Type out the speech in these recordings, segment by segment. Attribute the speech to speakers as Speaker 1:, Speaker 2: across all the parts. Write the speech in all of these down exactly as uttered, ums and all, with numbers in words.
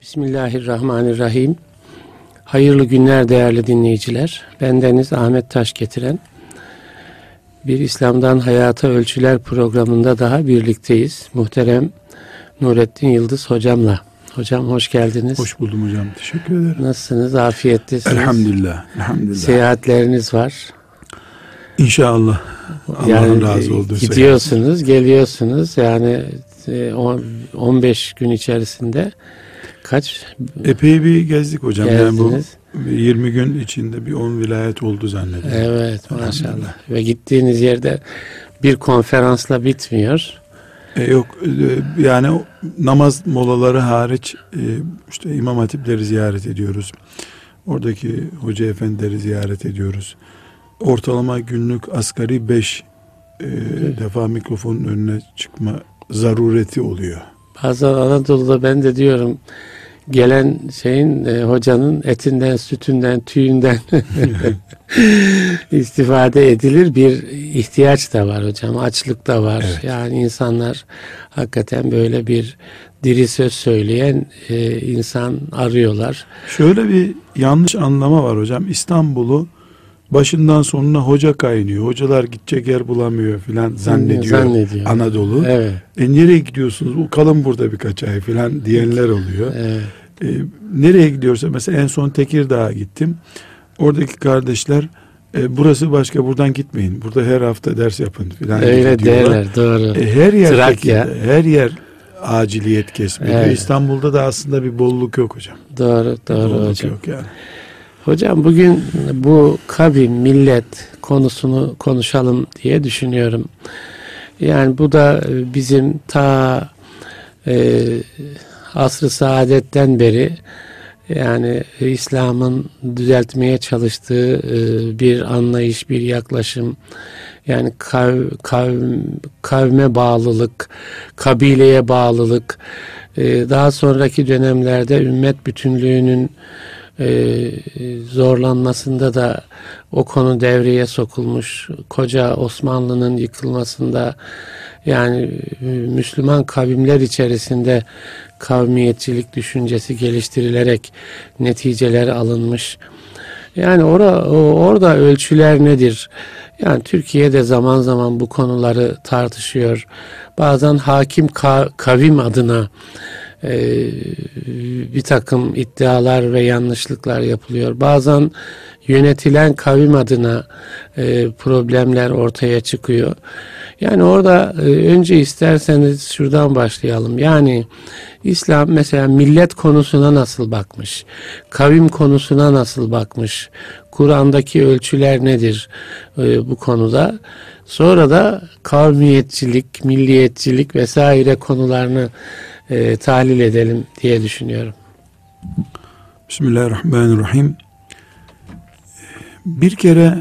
Speaker 1: Bismillahirrahmanirrahim. Hayırlı günler değerli dinleyiciler. Bendeniz Ahmet Taş getiren bir İslam'dan Hayata Ölçüler programında daha birlikteyiz. Muhterem Nurettin Yıldız hocamla. Hocam hoş geldiniz.
Speaker 2: Hoş buldum hocam. Teşekkür ederim.
Speaker 1: Nasılsınız? Afiyettesiniz.
Speaker 2: Elhamdülillah. Elhamdülillah.
Speaker 1: Seyahatleriniz var.
Speaker 2: İnşallah. Allah'ın
Speaker 1: yani
Speaker 2: razı olduğu
Speaker 1: gidiyorsunuz, seyahat. Geliyorsunuz. Yani on beş gün içerisinde kaç?
Speaker 2: Epey bir gezdik hocam.
Speaker 1: Gezdiniz.
Speaker 2: Yani bu yirmi gün içinde bir on vilayet oldu zannediyorum.
Speaker 1: Evet maşallah. Ve gittiğiniz yerde bir konferansla bitmiyor.
Speaker 2: E yok e, yani namaz molaları hariç e, işte İmam Hatipleri ziyaret ediyoruz. Oradaki hoca efendileri ziyaret ediyoruz. Ortalama günlük asgari beş e, defa mikrofonun önüne çıkma zarureti oluyor.
Speaker 1: Bazen Anadolu'da ben de diyorum gelen şeyin e, hocanın etinden, sütünden, tüyünden istifade edilir. Bir ihtiyaç da var hocam. Açlık da var.
Speaker 2: Evet.
Speaker 1: Yani insanlar hakikaten böyle bir diri söz söyleyen e, insan arıyorlar.
Speaker 2: Şöyle bir yanlış anlama var hocam. İstanbul'u başından sonuna hoca kaynıyor. Hocalar gidecek yer bulamıyor filan zannediyor,
Speaker 1: zannediyor
Speaker 2: Anadolu.
Speaker 1: Evet.
Speaker 2: E nereye gidiyorsunuz? Kalın burada birkaç ay filan diyenler oluyor.
Speaker 1: Evet.
Speaker 2: E, nereye gidiyorsa mesela en son Tekirdağ'a gittim. Oradaki kardeşler e, burası başka, buradan gitmeyin. Burada her hafta ders yapın filan.
Speaker 1: Öyle derler, doğru.
Speaker 2: E, her yer
Speaker 1: Trakya.
Speaker 2: Tekirdağ, her yer aciliyet kesmedi.
Speaker 1: Evet.
Speaker 2: İstanbul'da da aslında bir bolluk yok hocam.
Speaker 1: Doğru, doğru
Speaker 2: bolluk
Speaker 1: hocam.
Speaker 2: yok yani.
Speaker 1: Hocam bugün bu kavim, millet konusunu konuşalım diye düşünüyorum. Yani bu da bizim ta e, asr-ı saadetten beri yani İslam'ın düzeltmeye çalıştığı e, bir anlayış, bir yaklaşım. Yani kav, kavm, kavme bağlılık, kabileye bağlılık, e, daha sonraki dönemlerde ümmet bütünlüğünün Ee, zorlanmasında da o konu devreye sokulmuş. Koca Osmanlı'nın yıkılmasında yani Müslüman kavimler içerisinde kavmiyetçilik düşüncesi geliştirilerek neticeler alınmış. Yani orada orada ölçüler nedir? Yani Türkiye'de zaman zaman bu konuları tartışıyor. Bazen hakim ka- kavim adına Ee, bir takım iddialar ve yanlışlıklar yapılıyor. Bazen yönetilen kavim adına e, problemler ortaya çıkıyor. Yani orada e, önce isterseniz şuradan başlayalım. Yani İslam mesela millet konusuna nasıl bakmış? Kavim konusuna nasıl bakmış? Kur'an'daki ölçüler nedir e, bu konuda? Sonra da kavmiyetçilik, milliyetçilik vesaire konularını E, tahlil edelim diye düşünüyorum.
Speaker 2: Bismillahirrahmanirrahim. Bir kere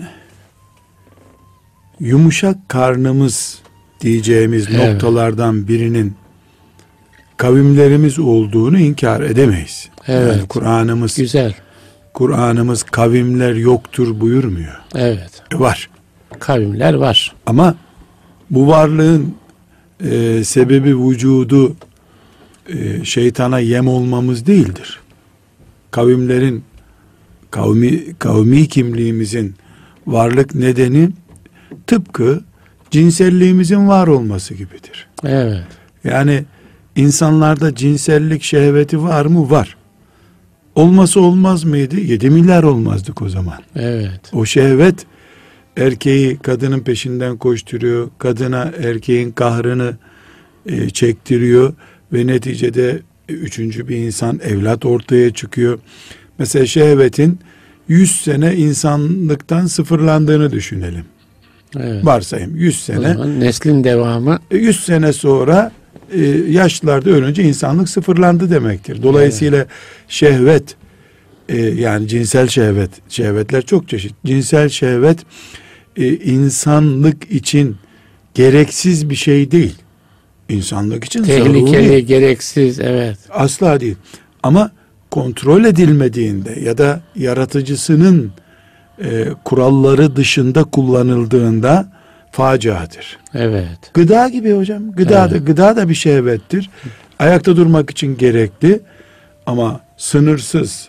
Speaker 2: yumuşak karnımız diyeceğimiz evet. noktalardan birinin kavimlerimiz olduğunu inkar edemeyiz.
Speaker 1: Evet.
Speaker 2: Yani Kur'an'ımız
Speaker 1: güzel.
Speaker 2: Kur'an'ımız kavimler yoktur buyurmuyor.
Speaker 1: Evet.
Speaker 2: Var.
Speaker 1: Kavimler var.
Speaker 2: Ama bu varlığın e, sebebi vücudu e, şeytana yem olmamız değildir. Kavimlerin kavmi kavmi kimliğimizin varlık nedeni tıpkı cinselliğimizin var olması gibidir.
Speaker 1: Evet.
Speaker 2: Yani insanlarda cinsellik şehveti var mı? Var. Olması olmaz mıydı? Yedi milyar olmazdık o zaman.
Speaker 1: Evet.
Speaker 2: O şehvet erkeği kadının peşinden koşturuyor. Kadına erkeğin kahrını e, çektiriyor ve neticede e, üçüncü bir insan evlat ortaya çıkıyor. Mesela şehvetin yüz sene insanlıktan sıfırlandığını düşünelim.
Speaker 1: Evet.
Speaker 2: Varsayım yüz sene.
Speaker 1: O zaman neslin devamı.
Speaker 2: yüz sene sonra e, yaşlılarda ölünce insanlık sıfırlandı demektir. Dolayısıyla evet. şehvet e, yani cinsel şehvet, şehvetler çok çeşit. Cinsel şehvet e, insanlık için gereksiz bir şey değil. İnsanlık için
Speaker 1: tehlikeli,
Speaker 2: zaruri.
Speaker 1: gereksiz, evet.
Speaker 2: Asla değil. Ama kontrol edilmediğinde ya da yaratıcısının e, kuralları dışında kullanıldığında faciadır.
Speaker 1: Evet.
Speaker 2: Gıda gibi hocam. Gıda, evet. da, gıda da bir şehvettir. Ayakta durmak için gerekli. Ama sınırsız,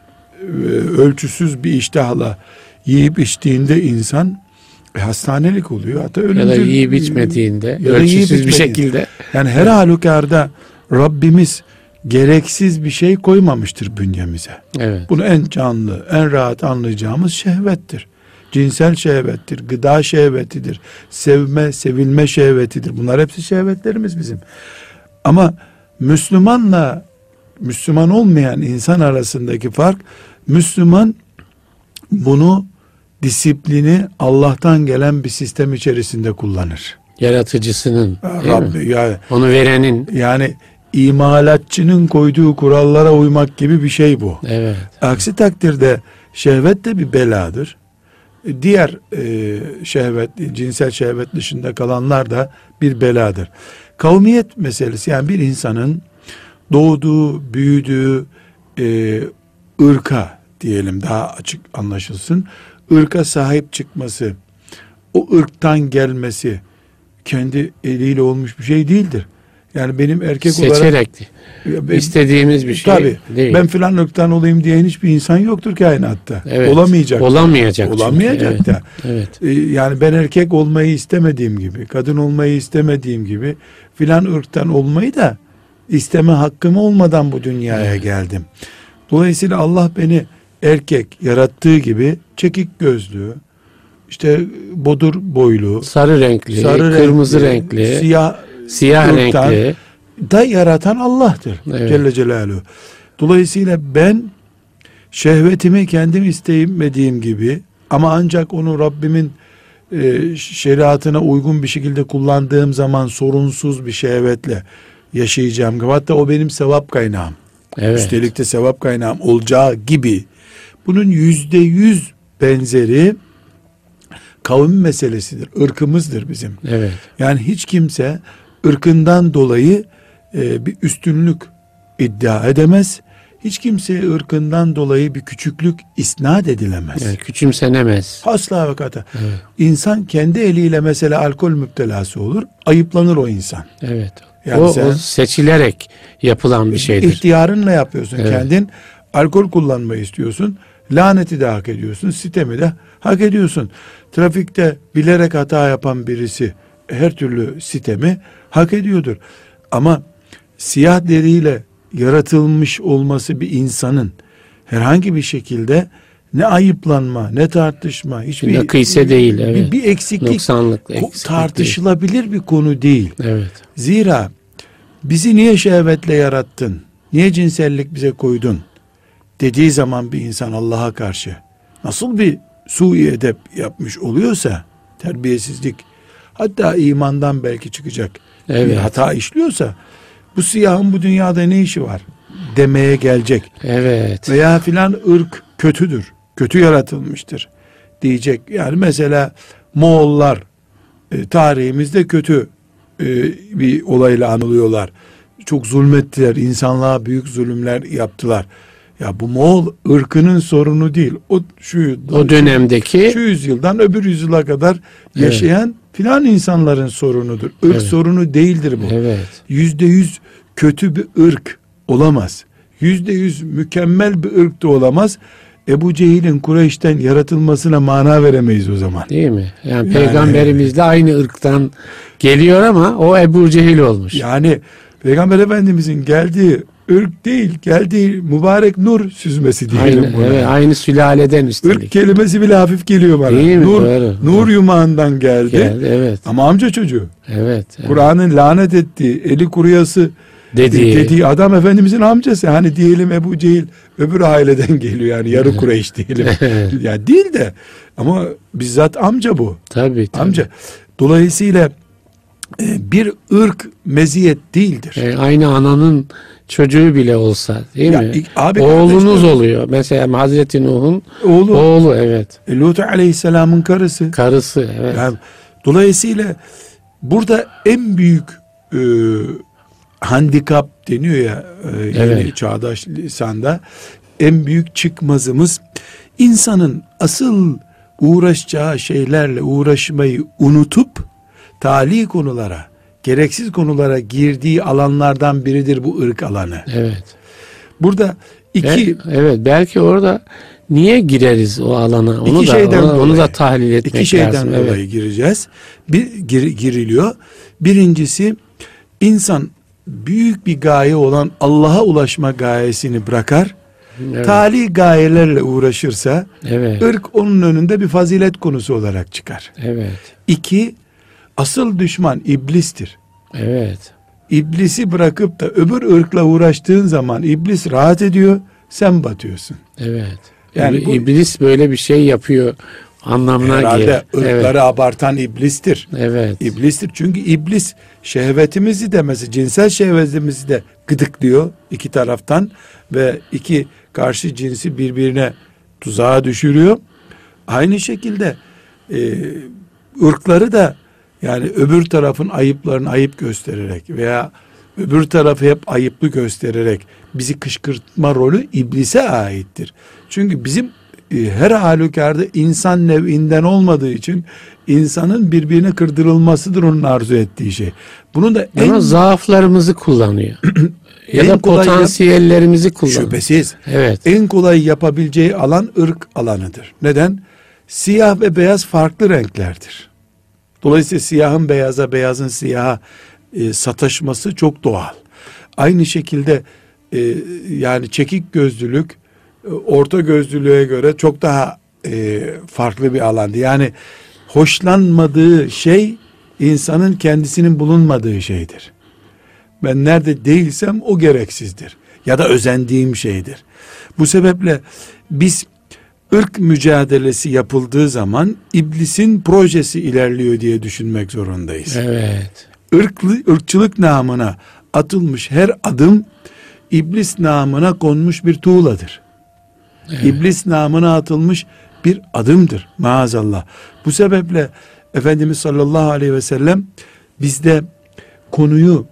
Speaker 2: ölçüsüz bir iştahla yiyip içtiğinde insan e, hastanelik oluyor. Hatta ölümcül,
Speaker 1: ya da yiyip içmediğinde,
Speaker 2: ya
Speaker 1: ölçüsüz bir şekilde.
Speaker 2: Yani her halükarda Rabbimiz gereksiz bir şey koymamıştır bünyemize.
Speaker 1: Evet.
Speaker 2: Bunu en canlı, en rahat anlayacağımız şehvettir. Cinsel şehvettir, gıda şehvetidir, sevme, sevilme şehvetidir. Bunlar hepsi şehvetlerimiz bizim. Ama Müslümanla Müslüman olmayan insan arasındaki fark, Müslüman bunu, disiplini Allah'tan gelen bir sistem içerisinde kullanır.
Speaker 1: Yaratıcısının,
Speaker 2: Rabbi, yani,
Speaker 1: onu verenin.
Speaker 2: Yani imalatçının koyduğu kurallara uymak gibi bir şey bu.
Speaker 1: Evet.
Speaker 2: Aksi takdirde şehvet de bir beladır. Diğer e, şehvet, cinsel şehvet dışında kalanlar da bir beladır. Kavmiyet meselesi, yani bir insanın doğduğu, büyüdüğü e, ırka diyelim, daha açık anlaşılsın, ırka sahip çıkması, o ırktan gelmesi kendi eliyle olmuş bir şey değildir. Yani benim erkek
Speaker 1: seçerek
Speaker 2: olarak ben,
Speaker 1: istediğimiz bir şey
Speaker 2: tabii,
Speaker 1: değil.
Speaker 2: Ben filan ırktan olayım diyen hiçbir insan yoktur kainatta.
Speaker 1: Evet.
Speaker 2: Olamayacak.
Speaker 1: Olamayacak.
Speaker 2: Olamayacak
Speaker 1: çünkü.
Speaker 2: da.
Speaker 1: Evet.
Speaker 2: Evet. Yani ben erkek olmayı istemediğim gibi, kadın olmayı istemediğim gibi filan ırktan olmayı da isteme hakkım olmadan bu dünyaya evet. geldim. Dolayısıyla Allah beni erkek yarattığı gibi çekik gözlü, işte bodur boylu,
Speaker 1: sarı renkli,
Speaker 2: sarı
Speaker 1: kırmızı
Speaker 2: renkli,
Speaker 1: renkli,
Speaker 2: siyah,
Speaker 1: siyah renkli
Speaker 2: da yaratan Allah'tır. Evet. Celle Celaluhu. Dolayısıyla ben şehvetimi kendim isteyemediğim gibi, ama ancak onu Rabbimin e, şeriatına uygun bir şekilde kullandığım zaman sorunsuz bir şehvetle yaşayacağım. Hatta o benim sevap kaynağım. Evet. Üstelik de sevap kaynağım olacağı gibi. Bunun yüzde yüz benzeri kavim meselesidir. Irkımızdır bizim.
Speaker 1: Evet.
Speaker 2: Yani hiç kimse ırkından dolayı e, bir üstünlük iddia edemez. Hiç kimseye ırkından dolayı bir küçüklük isnat edilemez.
Speaker 1: Yani küçümsenemez.
Speaker 2: Asla ve kata.
Speaker 1: Evet.
Speaker 2: İnsan kendi eliyle mesela alkol müptelası olur. Ayıplanır o insan.
Speaker 1: Evet.
Speaker 2: Yani
Speaker 1: o,
Speaker 2: sen,
Speaker 1: o seçilerek yapılan bir şeydir.
Speaker 2: İhtiyarınla yapıyorsun.
Speaker 1: Evet.
Speaker 2: Kendin alkol kullanmayı istiyorsun. Laneti de hak ediyorsun. Sitemi de hak ediyorsun. Trafikte bilerek hata yapan birisi her türlü sitemi hak ediyordur. Ama siyah deriyle yaratılmış olması bir insanın herhangi bir şekilde ne ayıplanma, ne tartışma, hiçbir
Speaker 1: nakise değil, evet.
Speaker 2: bir, bir eksiklik,
Speaker 1: Noksanlık, eksiklik
Speaker 2: tartışılabilir değil. Bir konu değil.
Speaker 1: Evet.
Speaker 2: Zira bizi niye şehvetle yarattın, niye cinsellik bize koydun dediği zaman bir insan Allah'a karşı nasıl bir sui edep yapmış oluyorsa, terbiyesizlik, hatta imandan belki çıkacak evet. bir hata işliyorsa, bu siyahın bu dünyada ne işi var demeye gelecek.
Speaker 1: Evet.
Speaker 2: Veya filan ırk kötüdür, kötü yaratılmıştır diyecek. Yani mesela Moğollar e, tarihimizde kötü e, bir olayla anılıyorlar. Çok zulmettiler, insanlığa büyük zulümler yaptılar. Ya bu Moğol ırkının sorunu değil. O şu
Speaker 1: o dönemdeki
Speaker 2: şu yüzyıldan öbür yüzyıla kadar yaşayan evet. filan insanların sorunudur. Irk evet. sorunu değildir bu.
Speaker 1: Evet.
Speaker 2: Yüzde yüz kötü bir ırk olamaz. Yüzde yüz mükemmel bir ırk da olamaz. Ebu Cehil'in Kureyş'ten yaratılmasına mana veremeyiz o zaman.
Speaker 1: Değil mi? Yani, yani peygamberimizle aynı ırktan geliyor ama o Ebu Cehil olmuş.
Speaker 2: Yani Peygamber Efendimizin geldiği ırk değil, geldiği mübarek nur süzmesi diyelim
Speaker 1: aynı,
Speaker 2: buna.
Speaker 1: Evet, aynı sülaleden üstelik.
Speaker 2: Irk kelimesi bile hafif geliyor bana.
Speaker 1: Değil mi?
Speaker 2: Nur,
Speaker 1: Doğru.
Speaker 2: nur yumağından geldi.
Speaker 1: geldi. Evet.
Speaker 2: Ama amca çocuğu.
Speaker 1: Evet. evet.
Speaker 2: Kur'an'ın lanet ettiği, eli kuruyası dediği. dediği adam Efendimizin amcası. Hani diyelim Ebu Cehil öbür aileden geliyor, yani yarı Kureyş diyelim. Ya değil de ama bizzat amca bu.
Speaker 1: Tabii, tabii.
Speaker 2: Amca. Dolayısıyla bir ırk meziyet değildir.
Speaker 1: E, aynı ananın çocuğu bile olsa değil ya, mi?
Speaker 2: Abi
Speaker 1: oğlunuz oluyor. Mesela Hazreti Nuh'un oğlu. Oğlu evet.
Speaker 2: E, Lut Aleyhisselam'ın karısı.
Speaker 1: Karısı evet.
Speaker 2: Yani, dolayısıyla burada en büyük e, handikap deniyor ya e,
Speaker 1: evet.
Speaker 2: yeni çağdaş lisanda, en büyük çıkmazımız insanın asıl uğraşacağı şeylerle uğraşmayı unutup tali konulara, gereksiz konulara girdiği alanlardan biridir bu ırk alanı.
Speaker 1: Evet.
Speaker 2: Burada İki,
Speaker 1: Bel, evet belki orada niye gireriz o alana? Onu
Speaker 2: iki
Speaker 1: da
Speaker 2: şeyden
Speaker 1: onu,
Speaker 2: dolayı,
Speaker 1: onu da tahlil etmek lazım.
Speaker 2: İki şeyden
Speaker 1: lazım.
Speaker 2: dolayı
Speaker 1: evet.
Speaker 2: gireceğiz. Bir gir, giriliyor. Birincisi, insan büyük bir gaye olan Allah'a ulaşma gayesini bırakar.
Speaker 1: Evet.
Speaker 2: Tali gayelerle uğraşırsa
Speaker 1: Evet.
Speaker 2: ırk onun önünde bir fazilet konusu olarak çıkar.
Speaker 1: Evet.
Speaker 2: İki, asıl düşman iblistir.
Speaker 1: Evet.
Speaker 2: İblisi bırakıp da öbür ırkla uğraştığın zaman iblis rahat ediyor, sen batıyorsun.
Speaker 1: Evet.
Speaker 2: Yani
Speaker 1: Yani
Speaker 2: bu,
Speaker 1: iblis böyle bir şey yapıyor anlamına
Speaker 2: herhalde
Speaker 1: gelir.
Speaker 2: ırkları
Speaker 1: Evet.
Speaker 2: abartan iblistir.
Speaker 1: Evet.
Speaker 2: İblistir. Çünkü iblis şehvetimizi de mesela cinsel şehvetimizi de gıdıklıyor iki taraftan ve iki karşı cinsi birbirine tuzağa düşürüyor. Aynı şekilde e, ırkları da yani öbür tarafın ayıplarını ayıp göstererek veya öbür tarafı hep ayıplı göstererek bizi kışkırtma rolü iblise aittir. Çünkü bizim e, her halükarda insan nev'inden olmadığı için insanın birbirine kırdırılmasıdır onun arzu ettiği şey. Bunu da en
Speaker 1: Ama zaaflarımızı kullanıyor. ya
Speaker 2: en
Speaker 1: da
Speaker 2: kolay yap-
Speaker 1: potansiyellerimizi kullanıyor.
Speaker 2: şüphesiz
Speaker 1: Evet.
Speaker 2: en kolay yapabileceği alan ırk alanıdır. Neden? Siyah ve beyaz farklı renklerdir. Dolayısıyla siyahın beyaza, beyazın siyaha e, sataşması çok doğal. Aynı şekilde e, yani çekik gözlülük e, orta gözlülüğe göre çok daha e, farklı bir alandı. Yani hoşlanmadığı şey insanın kendisinin bulunmadığı şeydir. Ben nerede değilsem o gereksizdir. Ya da özendiğim şeydir. Bu sebeple biz ırk mücadelesi yapıldığı zaman iblisin projesi ilerliyor diye düşünmek zorundayız.
Speaker 1: Evet.
Speaker 2: Irklı, ırkçılık namına atılmış her adım iblis namına konmuş bir tuğladır.
Speaker 1: Evet.
Speaker 2: İblis namına atılmış bir adımdır maazallah. Bu sebeple Efendimiz sallallahu aleyhi ve sellem bizde konuyu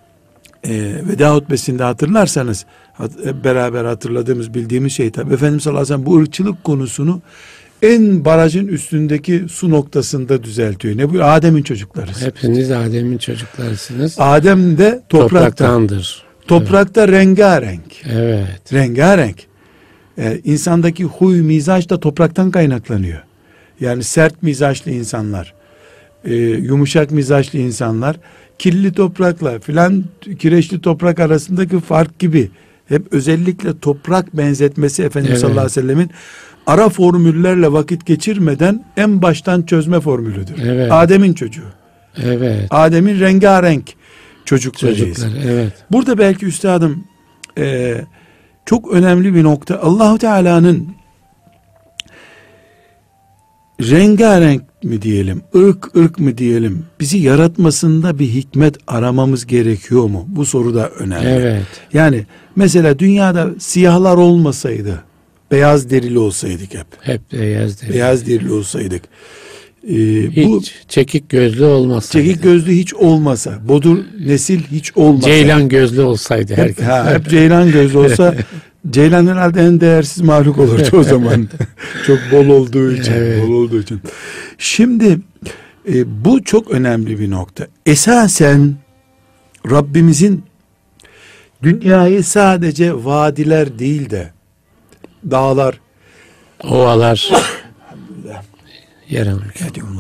Speaker 2: e, veda hutbesinde hatırlarsanız hep beraber hatırladığımız bildiğimiz şey tabi Efendimiz sallallahu aleyhi ve sellem bu ırkçılık konusunu en barajın üstündeki su noktasında düzeltiyor. Ne bu? Adem'in çocuklarız.
Speaker 1: Hepiniz Adem'in çocuklarısınız.
Speaker 2: Adem de toprakta.
Speaker 1: Topraktandır.
Speaker 2: Toprakta evet. rengarenk.
Speaker 1: Evet.
Speaker 2: Rengarenk. Ee, insandaki huy mizaç da topraktan kaynaklanıyor. Yani sert mizaçlı insanlar, e, yumuşak mizaçlı insanlar, kirli toprakla filan kireçli toprak arasındaki fark gibi hep özellikle toprak benzetmesi Efendimiz
Speaker 1: evet.
Speaker 2: sallallahu aleyhi ve sellemin ara formüllerle vakit geçirmeden en baştan çözme formülüdür.
Speaker 1: Evet.
Speaker 2: Adem'in çocuğu.
Speaker 1: Evet.
Speaker 2: Adem'in rengarenk çocuklarıyız.
Speaker 1: Çocuklar, evet.
Speaker 2: Burada belki üstadım e, çok önemli bir nokta. Allahu Teala'nın rengarenk mi diyelim, ırk ırk mı diyelim, bizi yaratmasında bir hikmet aramamız gerekiyor mu? Bu soru da önemli.
Speaker 1: Evet.
Speaker 2: Yani mesela dünyada siyahlar olmasaydı, beyaz derili olsaydık hep.
Speaker 1: Hep beyaz derili.
Speaker 2: Beyaz derili olsaydık. Ee,
Speaker 1: Hiç
Speaker 2: bu
Speaker 1: çekik gözlü olmasaydı.
Speaker 2: çekik gözlü hiç olmasa, bodur nesil hiç olmasa.
Speaker 1: Ceylan gözlü olsaydı
Speaker 2: hep,
Speaker 1: herkes.
Speaker 2: ha, hep ceylan gözlü olsa ceylan herhalde en değersiz mahluk olurdu o zaman. Çok bol olduğu için,
Speaker 1: Evet.
Speaker 2: bol olduğu için. Şimdi e, bu çok önemli bir nokta. Esasen Rabbimizin dünyayı sadece vadiler değil de dağlar,
Speaker 1: Ovalar. Yarın.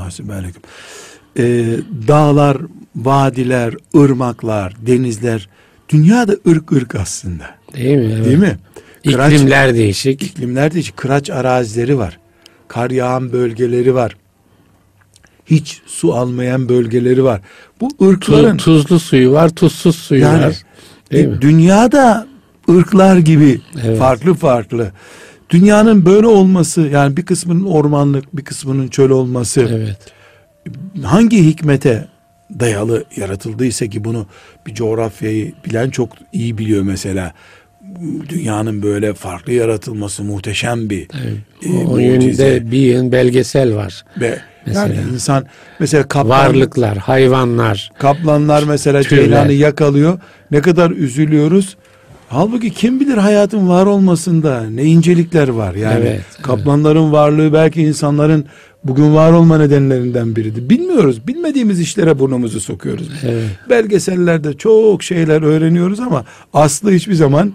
Speaker 2: Ee, dağlar, vadiler, ırmaklar, denizler, dünyada ırk ırk aslında.
Speaker 1: Değil mi? Evet.
Speaker 2: Değil mi? Kıraç,
Speaker 1: İklimler değişik.
Speaker 2: iklimler değişik. Kıraç arazileri var. Kar yağan bölgeleri var. Hiç su almayan bölgeleri var. Bu ırkların
Speaker 1: Tu- tuzlu suyu var, tuzsuz suyu
Speaker 2: yani
Speaker 1: var. Değil
Speaker 2: e,
Speaker 1: mi?
Speaker 2: dünyada ırklar gibi
Speaker 1: Evet.
Speaker 2: farklı farklı. Dünyanın böyle olması, yani bir kısmının ormanlık, bir kısmının çöl olması,
Speaker 1: Evet.
Speaker 2: hangi hikmete dayalı yaratıldıysa ki bunu bir coğrafyayı bilen çok iyi biliyor mesela. Dünyanın böyle farklı yaratılması muhteşem bir
Speaker 1: Evet.
Speaker 2: e,
Speaker 1: O
Speaker 2: mucize.
Speaker 1: yönde bir yön belgesel var.
Speaker 2: Ve
Speaker 1: Mesela.
Speaker 2: yani insan mesela kaplan,
Speaker 1: Varlıklar, hayvanlar.
Speaker 2: kaplanlar mesela
Speaker 1: Türler.
Speaker 2: ceylanı yakalıyor. Ne kadar üzülüyoruz. Halbuki kim bilir hayatın var olmasında ne incelikler var. Yani
Speaker 1: Evet,
Speaker 2: kaplanların varlığı belki insanların bugün var olma nedenlerinden biridir. Bilmiyoruz. Bilmediğimiz işlere burnumuzu sokuyoruz.
Speaker 1: Evet.
Speaker 2: Belgesellerde çok şeyler öğreniyoruz ama aslı hiçbir zaman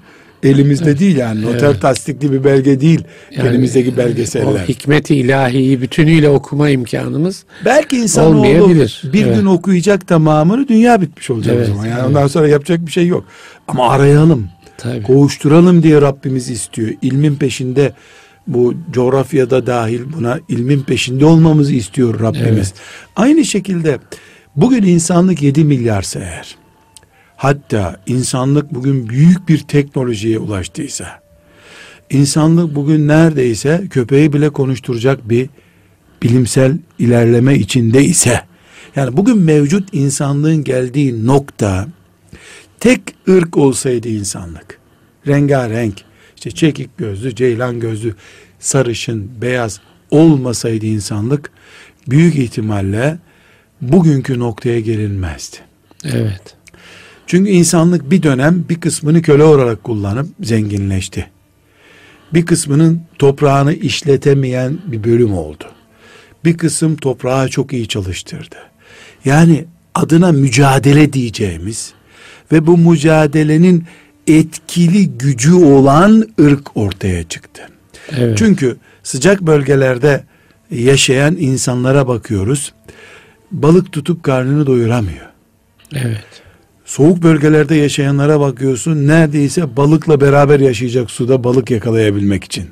Speaker 2: Elimizde
Speaker 1: Evet.
Speaker 2: değil yani. Noter
Speaker 1: Evet.
Speaker 2: tasdikli bir belge değil.
Speaker 1: Yani,
Speaker 2: elimizdeki
Speaker 1: o
Speaker 2: belgeseller.
Speaker 1: hikmet-i ilahiyi bütünüyle okuma imkanımız
Speaker 2: Belki insanoğlu
Speaker 1: olmayabilir.
Speaker 2: bir
Speaker 1: Evet.
Speaker 2: gün okuyacak tamamını, dünya bitmiş olacak
Speaker 1: Evet,
Speaker 2: o zaman. Yani
Speaker 1: evet.
Speaker 2: ondan sonra yapacak bir şey yok. Ama arayalım.
Speaker 1: Tabii.
Speaker 2: Kovuşturalım diye Rabbimiz istiyor. İlmin peşinde, bu coğrafyada dahil buna ilmin peşinde olmamızı istiyor Rabbimiz.
Speaker 1: Evet.
Speaker 2: Aynı şekilde bugün insanlık yedi milyarsa eğer, hatta insanlık bugün büyük bir teknolojiye ulaştıysa, insanlık bugün neredeyse köpeği bile konuşturacak bir bilimsel ilerleme içinde ise, yani bugün mevcut insanlığın geldiği nokta, tek ırk olsaydı insanlık, rengarenk, işte çekik gözlü, ceylan gözlü, sarışın, beyaz olmasaydı insanlık, büyük ihtimalle bugünkü noktaya gelinmezdi.
Speaker 1: Evet.
Speaker 2: Çünkü insanlık bir dönem bir kısmını köle olarak kullanıp zenginleşti. Bir kısmının toprağını işletemeyen bir bölüm oldu. Bir kısım toprağı çok iyi çalıştırdı. Yani adına mücadele diyeceğimiz ve bu mücadelenin etkili gücü olan ırk ortaya çıktı.
Speaker 1: Evet.
Speaker 2: Çünkü sıcak bölgelerde yaşayan insanlara bakıyoruz. Balık tutup karnını doyuramıyor.
Speaker 1: Evet.
Speaker 2: Soğuk bölgelerde yaşayanlara bakıyorsun, neredeyse balıkla beraber yaşayacak suda balık yakalayabilmek için.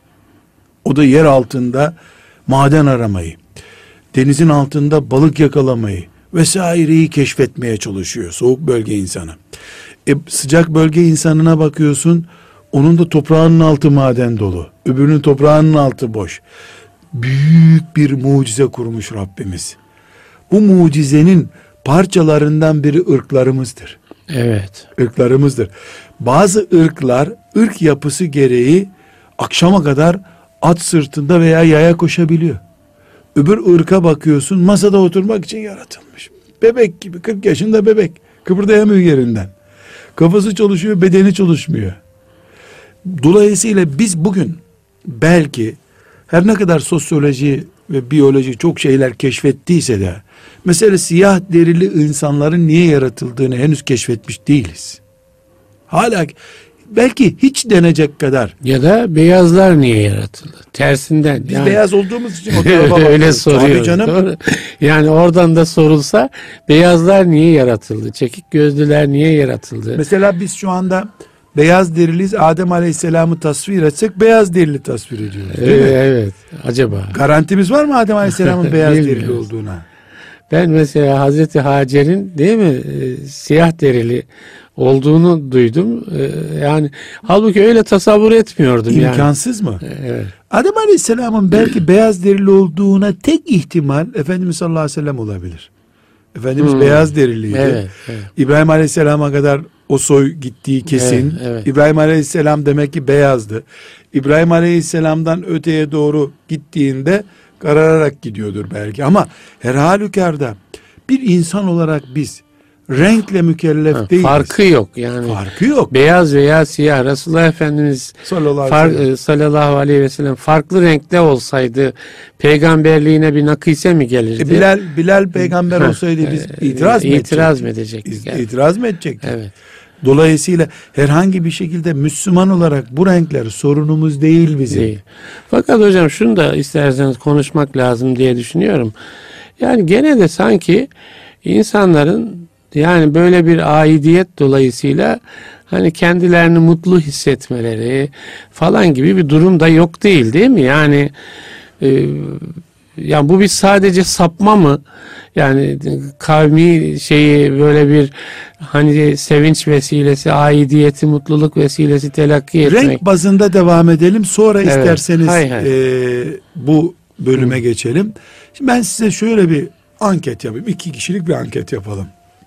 Speaker 2: O da yer altında maden aramayı, denizin altında balık yakalamayı vesaireyi keşfetmeye çalışıyor soğuk bölge insanı. E, sıcak bölge insanına bakıyorsun, onun da toprağının altı maden dolu, öbürünün toprağının altı boş. Büyük bir mucize kurmuş Rabbimiz. Bu mucizenin parçalarından biri ırklarımızdır.
Speaker 1: Evet.
Speaker 2: Irklarımızdır. Bazı ırklar ırk yapısı gereği akşama kadar at sırtında veya yaya koşabiliyor. Öbür ırka bakıyorsun, masada oturmak için yaratılmış. Bebek gibi, kırk yaşında bebek. Kıpırdayamıyor yerinden. Kafası çalışıyor, bedeni çalışmıyor. Dolayısıyla biz bugün belki her ne kadar sosyoloji ve biyoloji çok şeyler keşfettiyse de, mesela siyah derili insanların niye yaratıldığını henüz keşfetmiş değiliz. Hala belki hiç denecek kadar.
Speaker 1: Ya da beyazlar niye yaratıldı? Tersinden.
Speaker 2: Biz
Speaker 1: yani,
Speaker 2: beyaz olduğumuz için o tarafa bakıyoruz.
Speaker 1: öyle soruyoruz.
Speaker 2: Tabii canım.
Speaker 1: Doğru. Yani oradan da sorulsa beyazlar niye yaratıldı? Çekik gözlüler niye yaratıldı?
Speaker 2: Mesela biz şu anda beyaz deriliyiz. Adem Aleyhisselam'ı tasvir etsek beyaz derili tasvir ediyoruz.
Speaker 1: Ee,
Speaker 2: Değil mi?
Speaker 1: evet. Acaba.
Speaker 2: Garantimiz var mı Adem Aleyhisselam'ın beyaz derili
Speaker 1: Bilmiyoruz.
Speaker 2: olduğuna?
Speaker 1: Ben mesela Hazreti Hacer'in değil mi e, siyah derili olduğunu duydum. E, yani halbuki öyle tasavvur etmiyordum yani.
Speaker 2: İmkansız mı?
Speaker 1: Evet.
Speaker 2: Adem Aleyhisselam'ın belki beyaz derili olduğuna tek ihtimal Efendimiz sallallahu aleyhi ve sellem olabilir. Efendimiz
Speaker 1: Hmm.
Speaker 2: beyaz deriliydi.
Speaker 1: Evet, evet.
Speaker 2: İbrahim Aleyhisselam'a kadar o soy gittiği kesin.
Speaker 1: Evet, evet.
Speaker 2: İbrahim Aleyhisselam demek ki beyazdı. İbrahim Aleyhisselam'dan öteye doğru gittiğinde karararak gidiyordur belki. Ama her halükarda bir insan olarak biz renkle mükellef
Speaker 1: Ha,
Speaker 2: değiliz.
Speaker 1: farkı yok yani.
Speaker 2: Farkı yok.
Speaker 1: Beyaz veya siyah. Resulullah Efendimiz
Speaker 2: Sallallahu aleyhi
Speaker 1: far,
Speaker 2: ve sellem.
Speaker 1: e, sallallahu aleyhi ve sellem farklı renkte olsaydı peygamberliğine bir nakise mi gelirdi?
Speaker 2: E Bilal, Bilal peygamber olsaydı biz
Speaker 1: E,
Speaker 2: itiraz mı
Speaker 1: itiraz
Speaker 2: edecektik?
Speaker 1: mı edecektik?
Speaker 2: İz-
Speaker 1: yani?
Speaker 2: İtiraz mı edecektik?
Speaker 1: Evet.
Speaker 2: Dolayısıyla herhangi bir şekilde Müslüman olarak bu renkler sorunumuz değil bizim.
Speaker 1: Değil. Fakat hocam şunu da isterseniz konuşmak lazım diye düşünüyorum. Yani gene de sanki insanların yani böyle bir aidiyet dolayısıyla hani kendilerini mutlu hissetmeleri falan gibi bir durum da yok değil değil mi? Yani e, yani bu bir sadece sapma mı? Yani kavmi şeyi böyle bir hani sevinç vesilesi, aidiyeti, mutluluk vesilesi telakki etmek.
Speaker 2: Renk bazında devam edelim. Sonra
Speaker 1: Evet.
Speaker 2: isterseniz
Speaker 1: Hay hay.
Speaker 2: e, bu bölüme geçelim. Şimdi ben size şöyle bir anket yapayım. İki kişilik bir anket yapalım.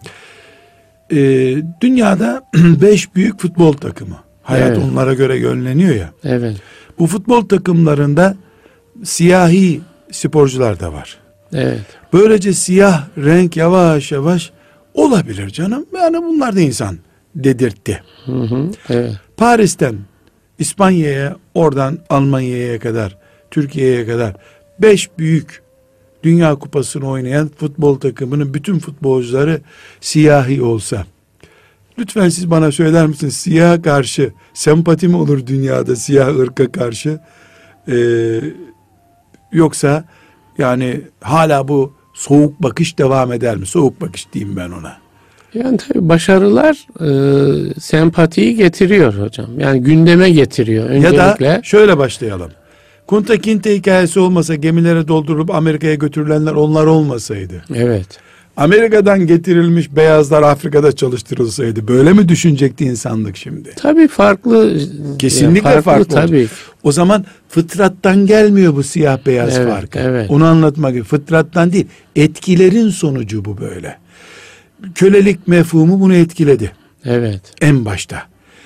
Speaker 2: E, dünyada beş büyük futbol takımı. Hayat
Speaker 1: Evet.
Speaker 2: onlara göre yönleniyor ya.
Speaker 1: Evet.
Speaker 2: Bu futbol takımlarında siyahi sporcular da var.
Speaker 1: Evet.
Speaker 2: Böylece siyah renk yavaş yavaş olabilir canım. Yani bunlar da insan dedirtti.
Speaker 1: Hı hı. Evet.
Speaker 2: Paris'ten İspanya'ya, oradan Almanya'ya kadar, Türkiye'ye kadar beş büyük Dünya Kupası'nı oynayan futbol takımının bütün futbolcuları siyahi olsa, Lütfen siz bana söyler misiniz, siyaha karşı sempati mi olur dünyada, siyah ırka karşı? Ee, yoksa yani hala bu soğuk bakış devam eder mi? Soğuk bakış diyeyim ben ona.
Speaker 1: Yani tabii başarılar e, sempatiyi getiriyor hocam. Yani gündeme getiriyor öncelikle.
Speaker 2: Ya da şöyle başlayalım. Kunta Kinte hikayesi olmasa, gemilere doldurulup Amerika'ya götürülenler onlar olmasaydı.
Speaker 1: Evet.
Speaker 2: Amerika'dan getirilmiş beyazlar Afrika'da çalıştırılsaydı böyle mi düşünecekti insanlık şimdi?
Speaker 1: Tabii farklı.
Speaker 2: Kesinlikle
Speaker 1: farklı,
Speaker 2: farklı
Speaker 1: tabii.
Speaker 2: O zaman fıtrattan gelmiyor bu siyah beyaz
Speaker 1: Evet,
Speaker 2: farkı.
Speaker 1: evet.
Speaker 2: Onu anlatmak gibi. Fıtrattan değil, etkilerin sonucu bu böyle. Kölelik mefhumu bunu etkiledi.
Speaker 1: Evet.
Speaker 2: En başta.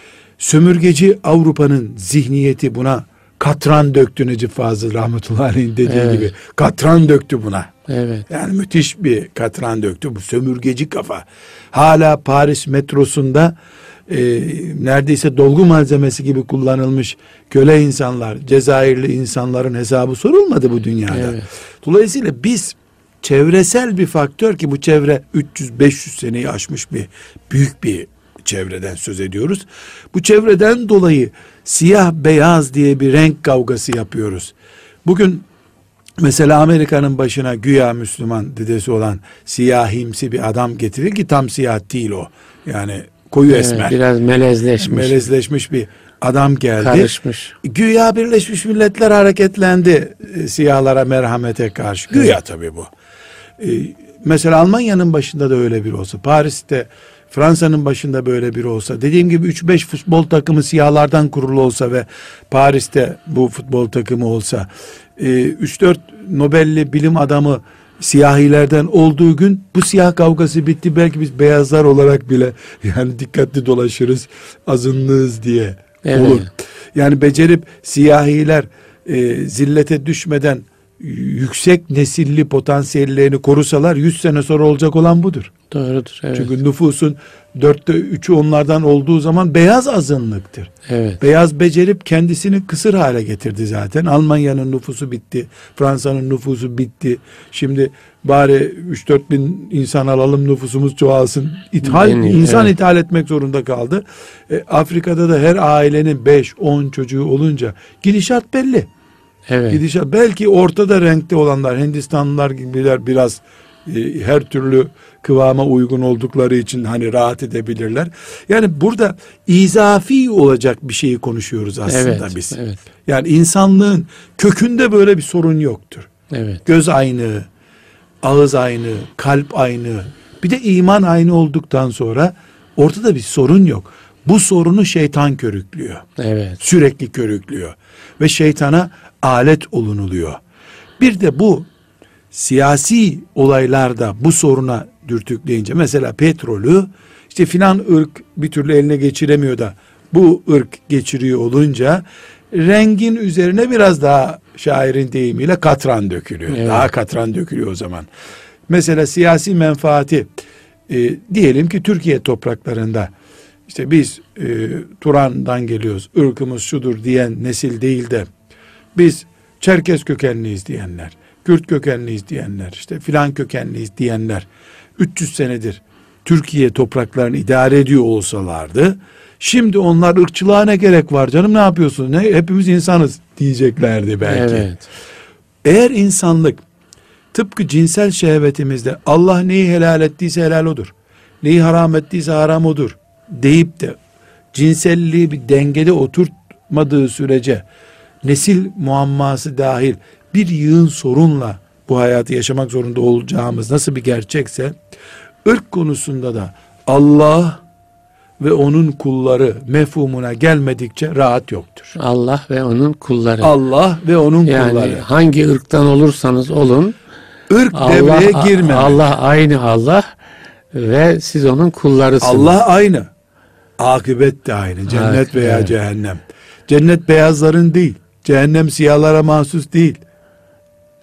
Speaker 2: Sömürgeci Avrupa'nın zihniyeti buna katran döktü, Necip Fazıl rahmetullahi aleyhin dediği
Speaker 1: Evet.
Speaker 2: gibi. Katran döktü buna.
Speaker 1: Evet.
Speaker 2: Yani müthiş bir katran döktü bu sömürgeci kafa. Hala Paris metrosunda e, neredeyse dolgu malzemesi gibi kullanılmış köle insanlar, Cezayirli insanların hesabı sorulmadı bu dünyada.
Speaker 1: Evet.
Speaker 2: Dolayısıyla biz çevresel bir faktör, ki bu çevre üç yüz beş yüz seneyi aşmış bir büyük bir çevreden söz ediyoruz. Bu çevreden dolayı siyah beyaz diye bir renk kavgası yapıyoruz. Bugün mesela Amerika'nın başına güya Müslüman dedesi olan siyahimsi bir adam getirir ki tam siyah değil o. Yani koyu
Speaker 1: Evet,
Speaker 2: esmer.
Speaker 1: biraz melezleşmiş.
Speaker 2: Melezleşmiş bir adam geldi.
Speaker 1: Karışmış.
Speaker 2: Güya Birleşmiş Milletler hareketlendi e, siyahlara merhamete karşı. Güya evet. Tabii bu. E, mesela Almanya'nın başında da öyle biri olsa, Paris'te Fransa'nın başında böyle biri olsa, dediğim gibi üç beş futbol takımı siyahlardan kurulu olsa ve Paris'te bu futbol takımı olsa, üç dört Nobel'li bilim adamı siyahilerden olduğu gün bu siyah kavgası bitti. Belki biz beyazlar olarak bile yani dikkatli dolaşırız, azınlığız diye evet. olur. Yani becerip siyahiler e, zillete düşmeden yüksek nesilli potansiyellerini korusalar yüz sene sonra olacak olan budur.
Speaker 1: Doğrudur. Evet.
Speaker 2: Çünkü nüfusun dörtte üçü onlardan olduğu zaman beyaz azınlıktır.
Speaker 1: Evet.
Speaker 2: Beyaz becerip kendisini kısır hale getirdi zaten. Almanya'nın nüfusu bitti. Fransa'nın nüfusu bitti. Şimdi bari üç dört bin insan alalım, nüfusumuz çoğalsın. İthal,
Speaker 1: Benim,
Speaker 2: insan
Speaker 1: evet.
Speaker 2: ithal etmek zorunda kaldı. E, Afrika'da da her ailenin beş on çocuğu olunca gidişat belli.
Speaker 1: Evet.
Speaker 2: Gidişat, belki ortada renkte olanlar, Hindistanlılar gibiler biraz e, her türlü kıvama uygun oldukları için hani rahat edebilirler. Yani burada izafi olacak bir şeyi konuşuyoruz aslında
Speaker 1: evet,
Speaker 2: biz.
Speaker 1: Evet.
Speaker 2: Yani insanlığın kökünde böyle bir sorun yoktur.
Speaker 1: Evet.
Speaker 2: Göz aynı, ağız aynı, kalp aynı. Bir de iman aynı olduktan sonra ortada bir sorun yok. Bu sorunu şeytan körüklüyor.
Speaker 1: Evet.
Speaker 2: Sürekli körüklüyor. Ve şeytana alet olunuluyor. Bir de bu siyasi olaylarda bu soruna dürtükleyince, mesela petrolü işte filan ırk bir türlü eline geçiremiyor da bu ırk geçiriyor olunca rengin üzerine biraz daha şairin deyimiyle katran dökülüyor. Evet. Daha katran dökülüyor o zaman. Mesela siyasi menfaati e, diyelim ki Türkiye topraklarında işte biz e, Turan'dan geliyoruz, ırkımız şudur diyen nesil değil de biz Çerkez kökenliyiz diyenler, Kürt kökenliyiz diyenler, işte filan kökenliyiz diyenler üç yüz senedir Türkiye topraklarını idare ediyor olsalardı, şimdi onlar ırkçılığa ne gerek var canım, ne yapıyorsun, ne, hepimiz insanız diyeceklerdi belki.
Speaker 1: Evet.
Speaker 2: Eğer insanlık tıpkı cinsel şehvetimizde Allah neyi helal ettiyse helal odur, neyi haram ettiyse haram odur deyip de cinselliği bir dengede oturtmadığı sürece nesil muamması dahil bir yığın sorunla bu hayatı yaşamak zorunda olacağımız nasıl bir gerçekse, ırk konusunda da Allah ve onun kulları mefhumuna gelmedikçe rahat yoktur.
Speaker 1: Allah ve onun kulları.
Speaker 2: Allah ve onun
Speaker 1: yani
Speaker 2: kulları.
Speaker 1: Yani hangi ırktan olursanız olun,
Speaker 2: ırk
Speaker 1: Allah,
Speaker 2: devreye girmemeli.
Speaker 1: Allah aynı Allah ve siz onun kullarısınız.
Speaker 2: Allah aynı. Akıbet de aynı. Cennet
Speaker 1: Ak,
Speaker 2: veya
Speaker 1: evet.
Speaker 2: cehennem. Cennet beyazların değil. Cehennem siyahlara mahsus değil.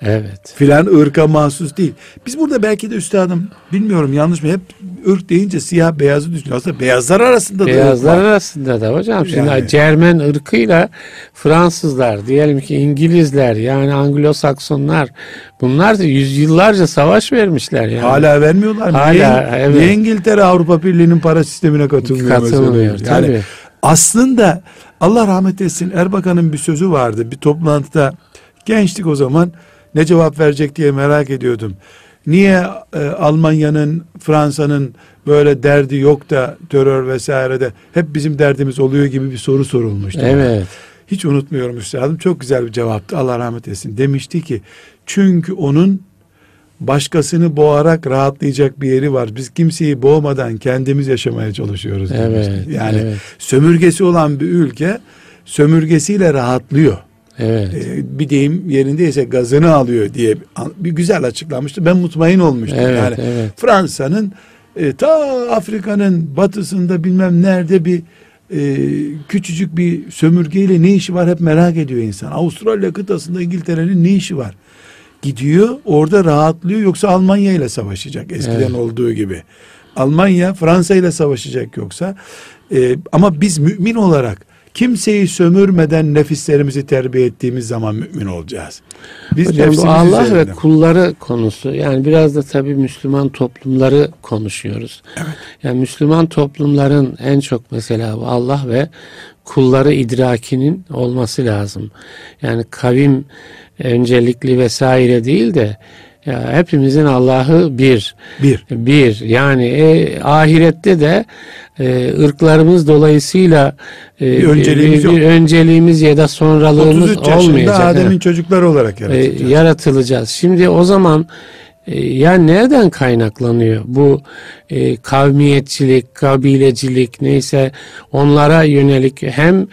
Speaker 1: Evet.
Speaker 2: Filan ırka mahsus değil. Biz burada belki de üstadım, bilmiyorum yanlış mı, hep ırk deyince siyah beyazı düşünüyor. Aslında beyazlar arasında da
Speaker 1: Beyazlar
Speaker 2: ırk var.
Speaker 1: arasında da hocam. Şimdi
Speaker 2: Yani.
Speaker 1: Cermen ırkıyla Fransızlar, diyelim ki İngilizler, yani Anglo-Saksonlar, bunlar da yüzyıllarca savaş vermişler yani.
Speaker 2: Hala vermiyorlar mı?
Speaker 1: Hala,
Speaker 2: niye,
Speaker 1: evet.
Speaker 2: niye İngiltere Avrupa Birliği'nin para sistemine katılmıyor?
Speaker 1: Katılmıyor
Speaker 2: mesela? Yani
Speaker 1: tabii.
Speaker 2: aslında Allah rahmet etsin, Erbakan'ın bir sözü vardı. Bir toplantıda, gençlik o zaman, ne cevap verecek diye merak ediyordum. Niye e, Almanya'nın, Fransa'nın böyle derdi yok da terör vesairede hep bizim derdimiz oluyor gibi bir soru sorulmuştu.
Speaker 1: Evet.
Speaker 2: Hiç unutmuyorum üstadım. Çok güzel bir cevaptı. Allah rahmet etsin. Demişti ki, çünkü onun başkasını boğarak rahatlayacak bir yeri var. Biz kimseyi boğmadan kendimiz yaşamaya çalışıyoruz demişti.
Speaker 1: Evet.
Speaker 2: Yani
Speaker 1: evet.
Speaker 2: sömürgesi olan bir ülke sömürgesiyle rahatlıyor.
Speaker 1: Evet.
Speaker 2: Ee, bir deyim yerindeyse gazını alıyor diye bir güzel açıklamıştı. Ben mutmain olmuştum.
Speaker 1: Evet,
Speaker 2: yani
Speaker 1: evet.
Speaker 2: Fransa'nın e, ta Afrika'nın batısında bilmem nerede bir e, küçücük bir sömürgeyle ne işi var hep merak ediyor insan. Avustralya kıtasında İngiltere'nin ne işi var? Gidiyor orada rahatlıyor, yoksa Almanya ile savaşacak eskiden
Speaker 1: Evet.
Speaker 2: olduğu gibi. Almanya Fransa ile savaşacak yoksa. E, ama biz mümin olarak kimseyi sömürmeden nefislerimizi terbiye ettiğimiz zaman mümin olacağız. Biz
Speaker 1: Hocam bu
Speaker 2: nefsimiz
Speaker 1: Allah
Speaker 2: üzerinden.
Speaker 1: ve kulları konusu, yani biraz da tabii Müslüman toplumları konuşuyoruz.
Speaker 2: Evet.
Speaker 1: Yani Müslüman toplumların en çok mesela bu Allah ve kulları idrakinin olması lazım. Yani kavim öncelikli vesaire değil de ya hepimizin Allah'ı bir.
Speaker 2: Bir.
Speaker 1: Bir. Yani e, ahirette de e, ırklarımız dolayısıyla e,
Speaker 2: Bir önceliğimiz
Speaker 1: bir, bir
Speaker 2: yok.
Speaker 1: önceliğimiz ya da sonralığımız
Speaker 2: otuz üç yaşında
Speaker 1: olmayacak.
Speaker 2: Adem'in
Speaker 1: Ha.
Speaker 2: çocukları olarak
Speaker 1: E,
Speaker 2: yaratacağız.
Speaker 1: yaratılacağız. Şimdi o zaman e, ya nereden kaynaklanıyor bu e, kavmiyetçilik, kabilecilik, neyse onlara yönelik hem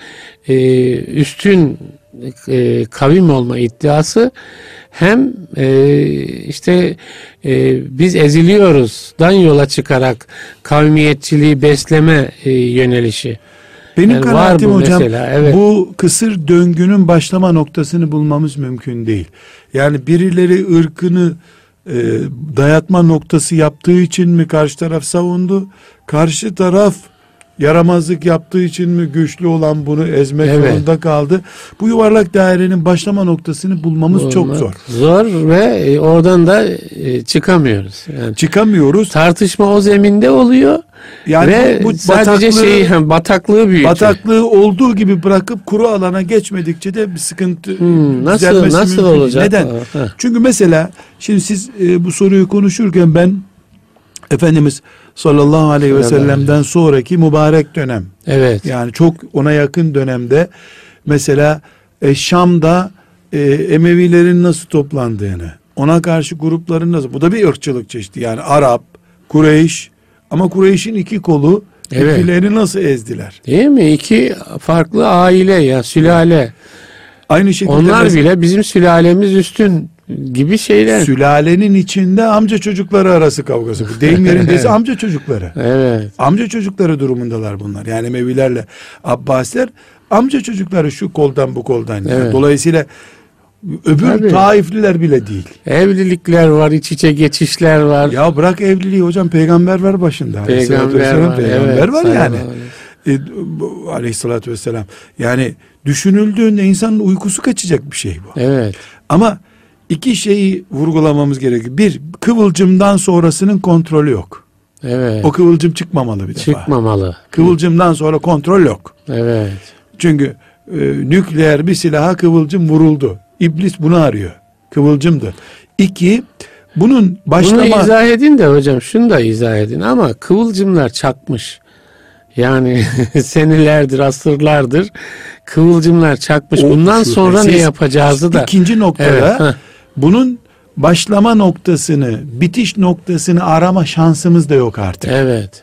Speaker 1: e, üstün e, kavim olma iddiası, hem e, işte e, biz eziliyoruzdan yola çıkarak kavmiyetçiliği besleme e, yönelişi.
Speaker 2: Benim
Speaker 1: Yani var
Speaker 2: kanaatim
Speaker 1: bu
Speaker 2: hocam,
Speaker 1: mesela, evet.
Speaker 2: bu kısır döngünün başlama noktasını bulmamız mümkün değil. Yani birileri ırkını e, dayatma noktası yaptığı için mi karşı taraf savundu? Karşı taraf yaramazlık yaptığı için mi güçlü olan bunu ezmek
Speaker 1: Evet.
Speaker 2: zorunda kaldı? Bu yuvarlak dairenin başlama noktasını bulmamız
Speaker 1: Bulmak
Speaker 2: çok zor.
Speaker 1: Zor ve e, oradan da e, çıkamıyoruz. Yani
Speaker 2: Çıkamıyoruz.
Speaker 1: tartışma o zeminde oluyor.
Speaker 2: Yani
Speaker 1: ve
Speaker 2: bu, bu
Speaker 1: sadece
Speaker 2: bataklığı,
Speaker 1: şeyi hem bataklığı büyütüyor.
Speaker 2: bataklığı olduğu gibi bırakıp kuru alana geçmedikçe de bir sıkıntı
Speaker 1: Hmm, nasıl
Speaker 2: düzelmesi
Speaker 1: nasıl
Speaker 2: mümkün değil.
Speaker 1: olacak?
Speaker 2: Neden?
Speaker 1: Ha.
Speaker 2: Çünkü mesela şimdi siz e, bu soruyu konuşurken ben Efendimiz sallallahu aleyhi ve sellem'den sonraki mübarek dönem,
Speaker 1: Evet.
Speaker 2: yani çok ona yakın dönemde mesela e, Şam'da e, Emevilerin nasıl toplandığını, ona karşı grupların nasıl, bu da bir ırkçılık çeşidi, yani Arap, Kureyş, ama Kureyş'in iki kolu
Speaker 1: Evet.
Speaker 2: birbirlerini nasıl ezdiler?
Speaker 1: Değil mi? İki farklı aile ya, sülale.
Speaker 2: Aynı şekilde
Speaker 1: Onlar
Speaker 2: mesela
Speaker 1: bile bizim sülalemiz üstün gibi şeyler.
Speaker 2: sülalenin içinde amca çocukları arası kavgası. Bu deyim yerindeyse amca çocukları.
Speaker 1: Evet.
Speaker 2: Amca çocukları durumundalar bunlar. Yani Emevilerle Abbasiler amca çocukları, şu koldan bu koldan. Yani.
Speaker 1: Evet.
Speaker 2: Dolayısıyla öbür
Speaker 1: Tabii.
Speaker 2: Taifliler bile değil.
Speaker 1: Evlilikler var, iç içe geçişler var.
Speaker 2: Ya bırak evliliği hocam, peygamber var başında. Aleyhissalatü
Speaker 1: Peygamber
Speaker 2: vesselam,
Speaker 1: var.
Speaker 2: Peygamber
Speaker 1: evet,
Speaker 2: var yani.
Speaker 1: sallallahu aleyhi.
Speaker 2: E, bu, aleyhissalatü vesselam. Yani düşünüldüğünde insanın uykusu kaçacak bir şey bu.
Speaker 1: Evet.
Speaker 2: Ama iki şeyi vurgulamamız gerekiyor. Bir, kıvılcımdan sonrasının kontrolü yok.
Speaker 1: Evet.
Speaker 2: O kıvılcım çıkmamalı bir defa.
Speaker 1: Çıkmamalı.
Speaker 2: Kıvılcımdan sonra kontrol yok.
Speaker 1: Evet.
Speaker 2: Çünkü e, nükleer bir silaha kıvılcım vuruldu. İblis bunu arıyor. Kıvılcımdı. İki, bunun başlama...
Speaker 1: Bunu izah edin de hocam, şunu da izah edin, ama kıvılcımlar çakmış. Yani senelerdir, asırlardır kıvılcımlar çakmış.
Speaker 2: O
Speaker 1: Bundan
Speaker 2: şu,
Speaker 1: sonra
Speaker 2: siz
Speaker 1: ne yapacağızı da.
Speaker 2: İkinci noktada
Speaker 1: Evet, heh.
Speaker 2: bunun başlama noktasını, bitiş noktasını arama şansımız da yok artık.
Speaker 1: Evet.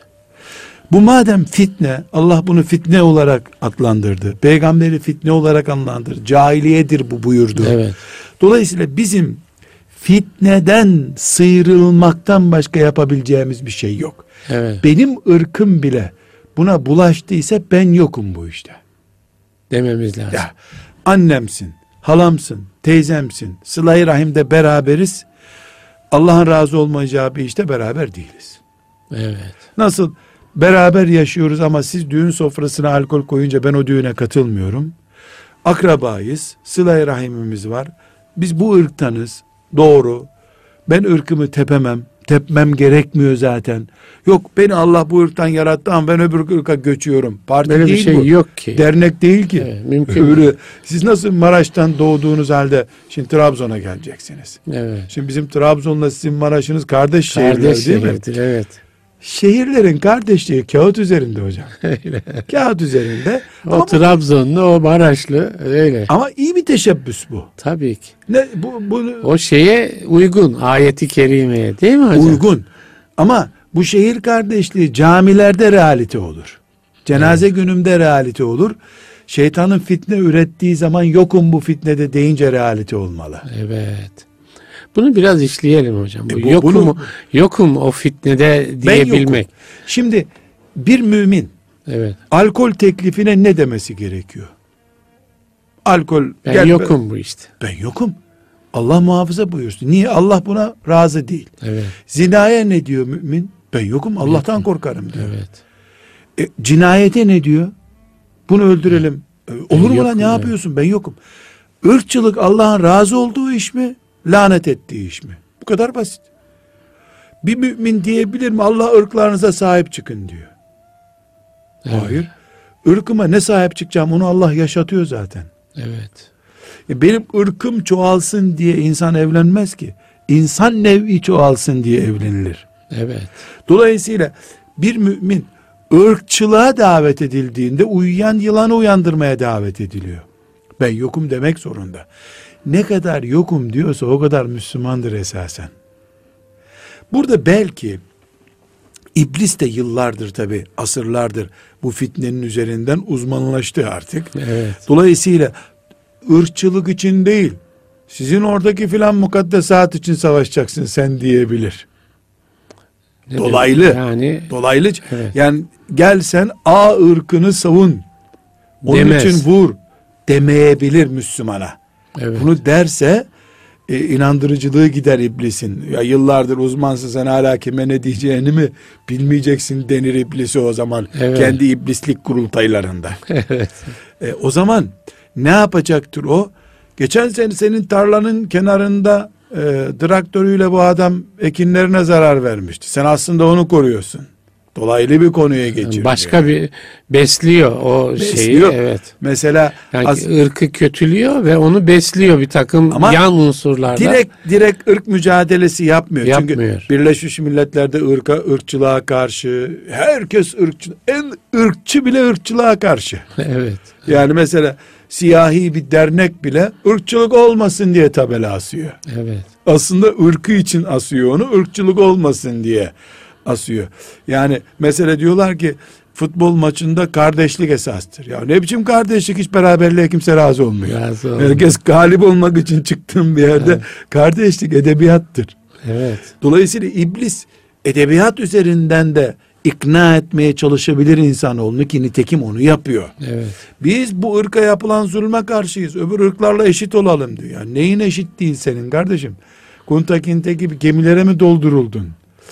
Speaker 2: Bu madem fitne, Allah bunu fitne olarak adlandırdı. Peygamberi fitne olarak adlandırdı. Cahiliyedir bu buyurdu.
Speaker 1: Evet.
Speaker 2: Dolayısıyla bizim fitneden sıyrılmaktan başka yapabileceğimiz bir şey yok.
Speaker 1: Evet.
Speaker 2: Benim ırkım bile buna bulaştıysa ben yokum bu işte.
Speaker 1: Dememiz lazım.
Speaker 2: Ya annemsin, halamsın, teyzemsin, sıla-i rahimde beraberiz. Allah'ın razı olmayacağı bir işte beraber değiliz.
Speaker 1: Evet.
Speaker 2: Nasıl beraber yaşıyoruz ama siz düğün sofrasına alkol koyunca ben o düğüne katılmıyorum. Akrabayız, sıla-i rahimimiz var. Biz bu ırktanız, doğru. Ben ırkımı tepemem, tepmem gerekmiyor zaten. Yok, beni Allah bu ırktan yarattı ama ben öbür ırka göçüyorum. Parti
Speaker 1: Böyle
Speaker 2: değil
Speaker 1: bir şey
Speaker 2: bu.
Speaker 1: yok ki.
Speaker 2: Dernek değil ki.
Speaker 1: Evet, mümkün
Speaker 2: Öbürü,
Speaker 1: değil.
Speaker 2: siz nasıl Maraş'tan doğduğunuz halde şimdi Trabzon'a geleceksiniz.
Speaker 1: Evet.
Speaker 2: Şimdi bizim Trabzon'la sizin Maraş'ınız kardeş şehirler
Speaker 1: Kardeş
Speaker 2: değil mi?
Speaker 1: şehirdir, evet.
Speaker 2: Şehirlerin kardeşliği kağıt üzerinde hocam.
Speaker 1: Öyle.
Speaker 2: Kağıt üzerinde.
Speaker 1: O
Speaker 2: ama,
Speaker 1: Trabzonlu, o Maraşlı, öyle.
Speaker 2: ama iyi bir teşebbüs bu.
Speaker 1: Tabii ki.
Speaker 2: Ne bu bunu
Speaker 1: O şeye uygun, ayeti kerimeye, değil mi hocam?
Speaker 2: uygun. Ama bu şehir kardeşliği camilerde realite olur. Cenaze
Speaker 1: Evet.
Speaker 2: günümde realite olur. Şeytanın fitne ürettiği zaman yokum bu fitnede deyince realite olmalı.
Speaker 1: Evet. Bunu biraz işleyelim hocam. Bu
Speaker 2: E bu-
Speaker 1: yokum,
Speaker 2: bunu-
Speaker 1: yokum o fitnede
Speaker 2: Ben
Speaker 1: diyebilmek.
Speaker 2: yokum. Şimdi bir mümin
Speaker 1: Evet.
Speaker 2: alkol teklifine ne demesi gerekiyor? Alkol
Speaker 1: Ben
Speaker 2: gel-
Speaker 1: yokum bu işte.
Speaker 2: Ben yokum. Allah muhafaza buyursun. Niye? Allah buna razı değil.
Speaker 1: Evet.
Speaker 2: Zinaya ne diyor mümin? Ben yokum. Allah'tan korkarım diyor.
Speaker 1: Evet.
Speaker 2: E, cinayete ne diyor? Bunu öldürelim. E, olur mu
Speaker 1: yokum,
Speaker 2: lan? Ne
Speaker 1: evet.
Speaker 2: yapıyorsun? Ben yokum. Irkçılık Allah'ın razı olduğu iş mi? Lanet ettiği iş mi? Bu kadar basit. Bir mümin diyebilir mi? Allah ırklarınıza sahip çıkın diyor.
Speaker 1: Evet.
Speaker 2: Hayır. Irkıma ne sahip çıkacağım onu Allah yaşatıyor zaten.
Speaker 1: Evet.
Speaker 2: E, benim ırkım çoğalsın diye insan evlenmez ki. İnsan nev'i çoğalsın diye evlenilir.
Speaker 1: Evet.
Speaker 2: Dolayısıyla bir mümin ırkçılığa davet edildiğinde uyuyan yılanı uyandırmaya davet ediliyor. Ben yokum demek zorunda. Ne kadar yokum diyorsa o kadar Müslümandır esasen. Burada belki İblis de yıllardır, tabi asırlardır bu fitnenin üzerinden uzmanlaştı artık.
Speaker 1: Evet.
Speaker 2: Dolayısıyla ırkçılık için değil, sizin oradaki filan mukaddesat için savaşacaksın sen diyebilir.
Speaker 1: Ne
Speaker 2: Dolaylı.
Speaker 1: demek? Yani
Speaker 2: Dolaylı.
Speaker 1: Evet.
Speaker 2: Yani gel sen A ırkını savun. Onun
Speaker 1: Demez.
Speaker 2: için vur demeyebilir Müslümana.
Speaker 1: evet.
Speaker 2: Bunu derse e, inandırıcılığı gider iblisin. Ya yıllardır uzmansın sen hala kime ne diyeceğini mi bilmeyeceksin denir iblisi o zaman.
Speaker 1: Evet.
Speaker 2: Kendi iblislik kurultaylarında.
Speaker 1: Evet.
Speaker 2: E, o zaman ne yapacaktır o? Geçen sene senin tarlanın kenarında e, traktörüyle bu adam ekinlerine zarar vermişti. Sen aslında onu koruyorsun. Dolaylı bir konuya geçiyor.
Speaker 1: Başka bir besliyor o
Speaker 2: Besliyor.
Speaker 1: şeyi. Evet.
Speaker 2: Mesela
Speaker 1: Yani
Speaker 2: as-
Speaker 1: ırkı kötülüyor ve onu besliyor bir takım
Speaker 2: Ama
Speaker 1: yan unsurlarla.
Speaker 2: direkt direkt ırk mücadelesi yapmıyor.
Speaker 1: Yapmıyor.
Speaker 2: Çünkü Birleşmiş Milletler'de ırka, ırkçılığa karşı, herkes ırkçı, en ırkçı bile ırkçılığa karşı.
Speaker 1: Evet.
Speaker 2: Yani mesela siyahi bir dernek bile ırkçılık olmasın diye tabela asıyor.
Speaker 1: Evet.
Speaker 2: Aslında ırkı için asıyor onu, ırkçılık olmasın diye asıyor. Yani mesela diyorlar ki futbol maçında kardeşlik esastır. Ya ne biçim kardeşlik, hiç beraberliğe kimse razı olmuyor.
Speaker 1: Razı olmuyor.
Speaker 2: Herkes galip olmak için çıktığım bir yerde
Speaker 1: Evet.
Speaker 2: kardeşlik edebiyattır.
Speaker 1: Evet.
Speaker 2: Dolayısıyla iblis edebiyat üzerinden de ikna etmeye çalışabilir insanoğlunu ki nitekim onu yapıyor.
Speaker 1: Evet.
Speaker 2: Biz bu ırka yapılan zulme karşıyız. Öbür ırklarla eşit olalım diyor. Yani neyin eşit değil senin kardeşim? Kunta kinte gibi gemilere mi dolduruldun?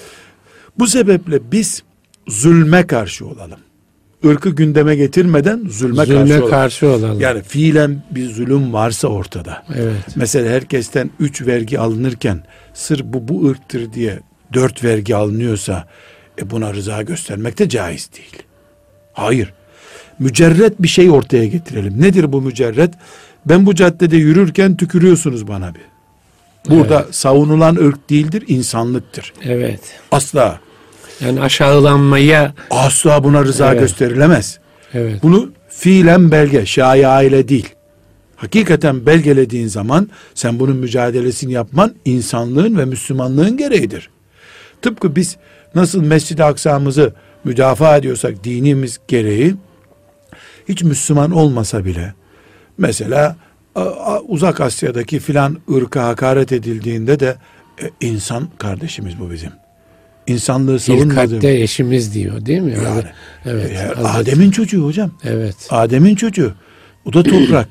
Speaker 2: Bu sebeple biz zulme karşı olalım. Irkı gündeme getirmeden zulme,
Speaker 1: Zulme
Speaker 2: karşı olalım.
Speaker 1: karşı olalım.
Speaker 2: Yani fiilen bir zulüm varsa ortada.
Speaker 1: Evet.
Speaker 2: Mesela herkesten üç vergi alınırken sır bu bu ırktır diye dört vergi alınıyorsa e buna rıza göstermek de caiz değil. Hayır. Mücerret bir şey ortaya getirelim. Nedir bu mücerret? Ben bu caddede yürürken tükürüyorsunuz bana bir. Burada
Speaker 1: Evet.
Speaker 2: savunulan ırk değildir, insanlıktır.
Speaker 1: Evet.
Speaker 2: Asla.
Speaker 1: Yani aşağılanmaya,
Speaker 2: Asla buna rıza
Speaker 1: Evet.
Speaker 2: gösterilemez.
Speaker 1: evet.
Speaker 2: Bunu fiilen belge, şaya ile değil. Hakikaten belgelediğin zaman sen bunun mücadelesini yapman insanlığın ve Müslümanlığın gereğidir. Tıpkı biz nasıl Mescid-i Aksa'mızı müdafaa ediyorsak dinimiz gereği, hiç Müslüman olmasa bile mesela a- a- Uzak Asya'daki filan ırka hakaret edildiğinde de e, insan kardeşimiz bu bizim. İnsanlığı savunmadığımız.
Speaker 1: Hilkatte eşimiz diyor değil mi?
Speaker 2: Yani,
Speaker 1: Evet.
Speaker 2: e,
Speaker 1: Hazreti-
Speaker 2: Adem'in çocuğu hocam.
Speaker 1: Evet.
Speaker 2: Adem'in çocuğu. O da toprak.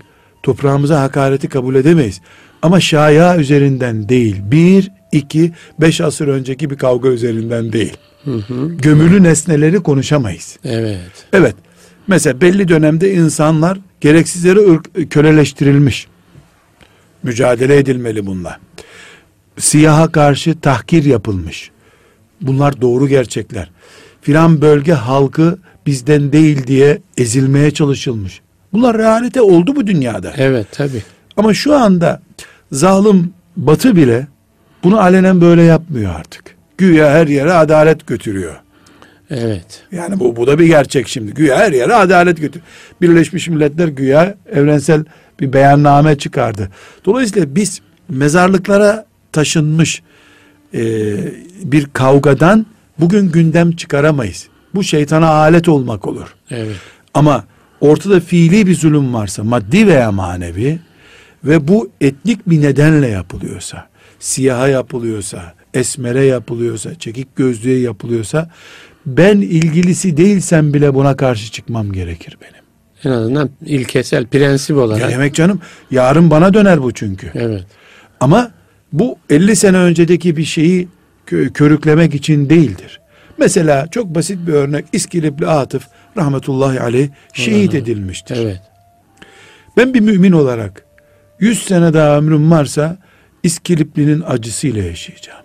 Speaker 2: Toprağımıza hakareti kabul edemeyiz. Ama şaya üzerinden değil. Bir, iki, beş asır önceki bir kavga üzerinden değil.
Speaker 1: Hı hı.
Speaker 2: Gömülü nesneleri konuşamayız.
Speaker 1: Evet.
Speaker 2: Evet. Mesela belli dönemde insanlar gereksiz yere ırk, köleleştirilmiş. Mücadele edilmeli bunlar. Siyaha karşı tahkir yapılmış. Bunlar doğru gerçekler. Filan bölge halkı bizden değil diye ezilmeye çalışılmış. Bunlar realite oldu bu dünyada.
Speaker 1: Evet tabii.
Speaker 2: Ama şu anda zalim Batı bile bunu alenen böyle yapmıyor artık. Güya her yere adalet götürüyor.
Speaker 1: Evet.
Speaker 2: Yani bu, bu da bir gerçek şimdi. Güya her yere adalet götürüyor. Birleşmiş Milletler güya evrensel bir beyanname çıkardı. Dolayısıyla biz mezarlıklara taşınmış e, bir kavgadan bugün gündem çıkaramayız. Bu şeytana alet olmak olur.
Speaker 1: Evet.
Speaker 2: Ama ortada fiili bir zulüm varsa, maddi veya manevi ve bu etnik bir nedenle yapılıyorsa, siyaha yapılıyorsa, esmere yapılıyorsa, çekik gözlüğe yapılıyorsa, ben ilgilisi değilsem bile buna karşı çıkmam gerekir benim.
Speaker 1: En azından ilkesel, prensip olarak.
Speaker 2: Ya demek canım, yarın bana döner bu çünkü.
Speaker 1: Evet.
Speaker 2: Ama bu elli sene öncedeki bir şeyi kö- körüklemek için değildir. Mesela çok basit bir örnek, İskilipli Atıf rahmetullahi aleyh şehit edilmiştir.
Speaker 1: Evet.
Speaker 2: Ben bir mümin olarak yüz sene daha ömrüm varsa İskilipli'nin acısıyla yaşayacağım.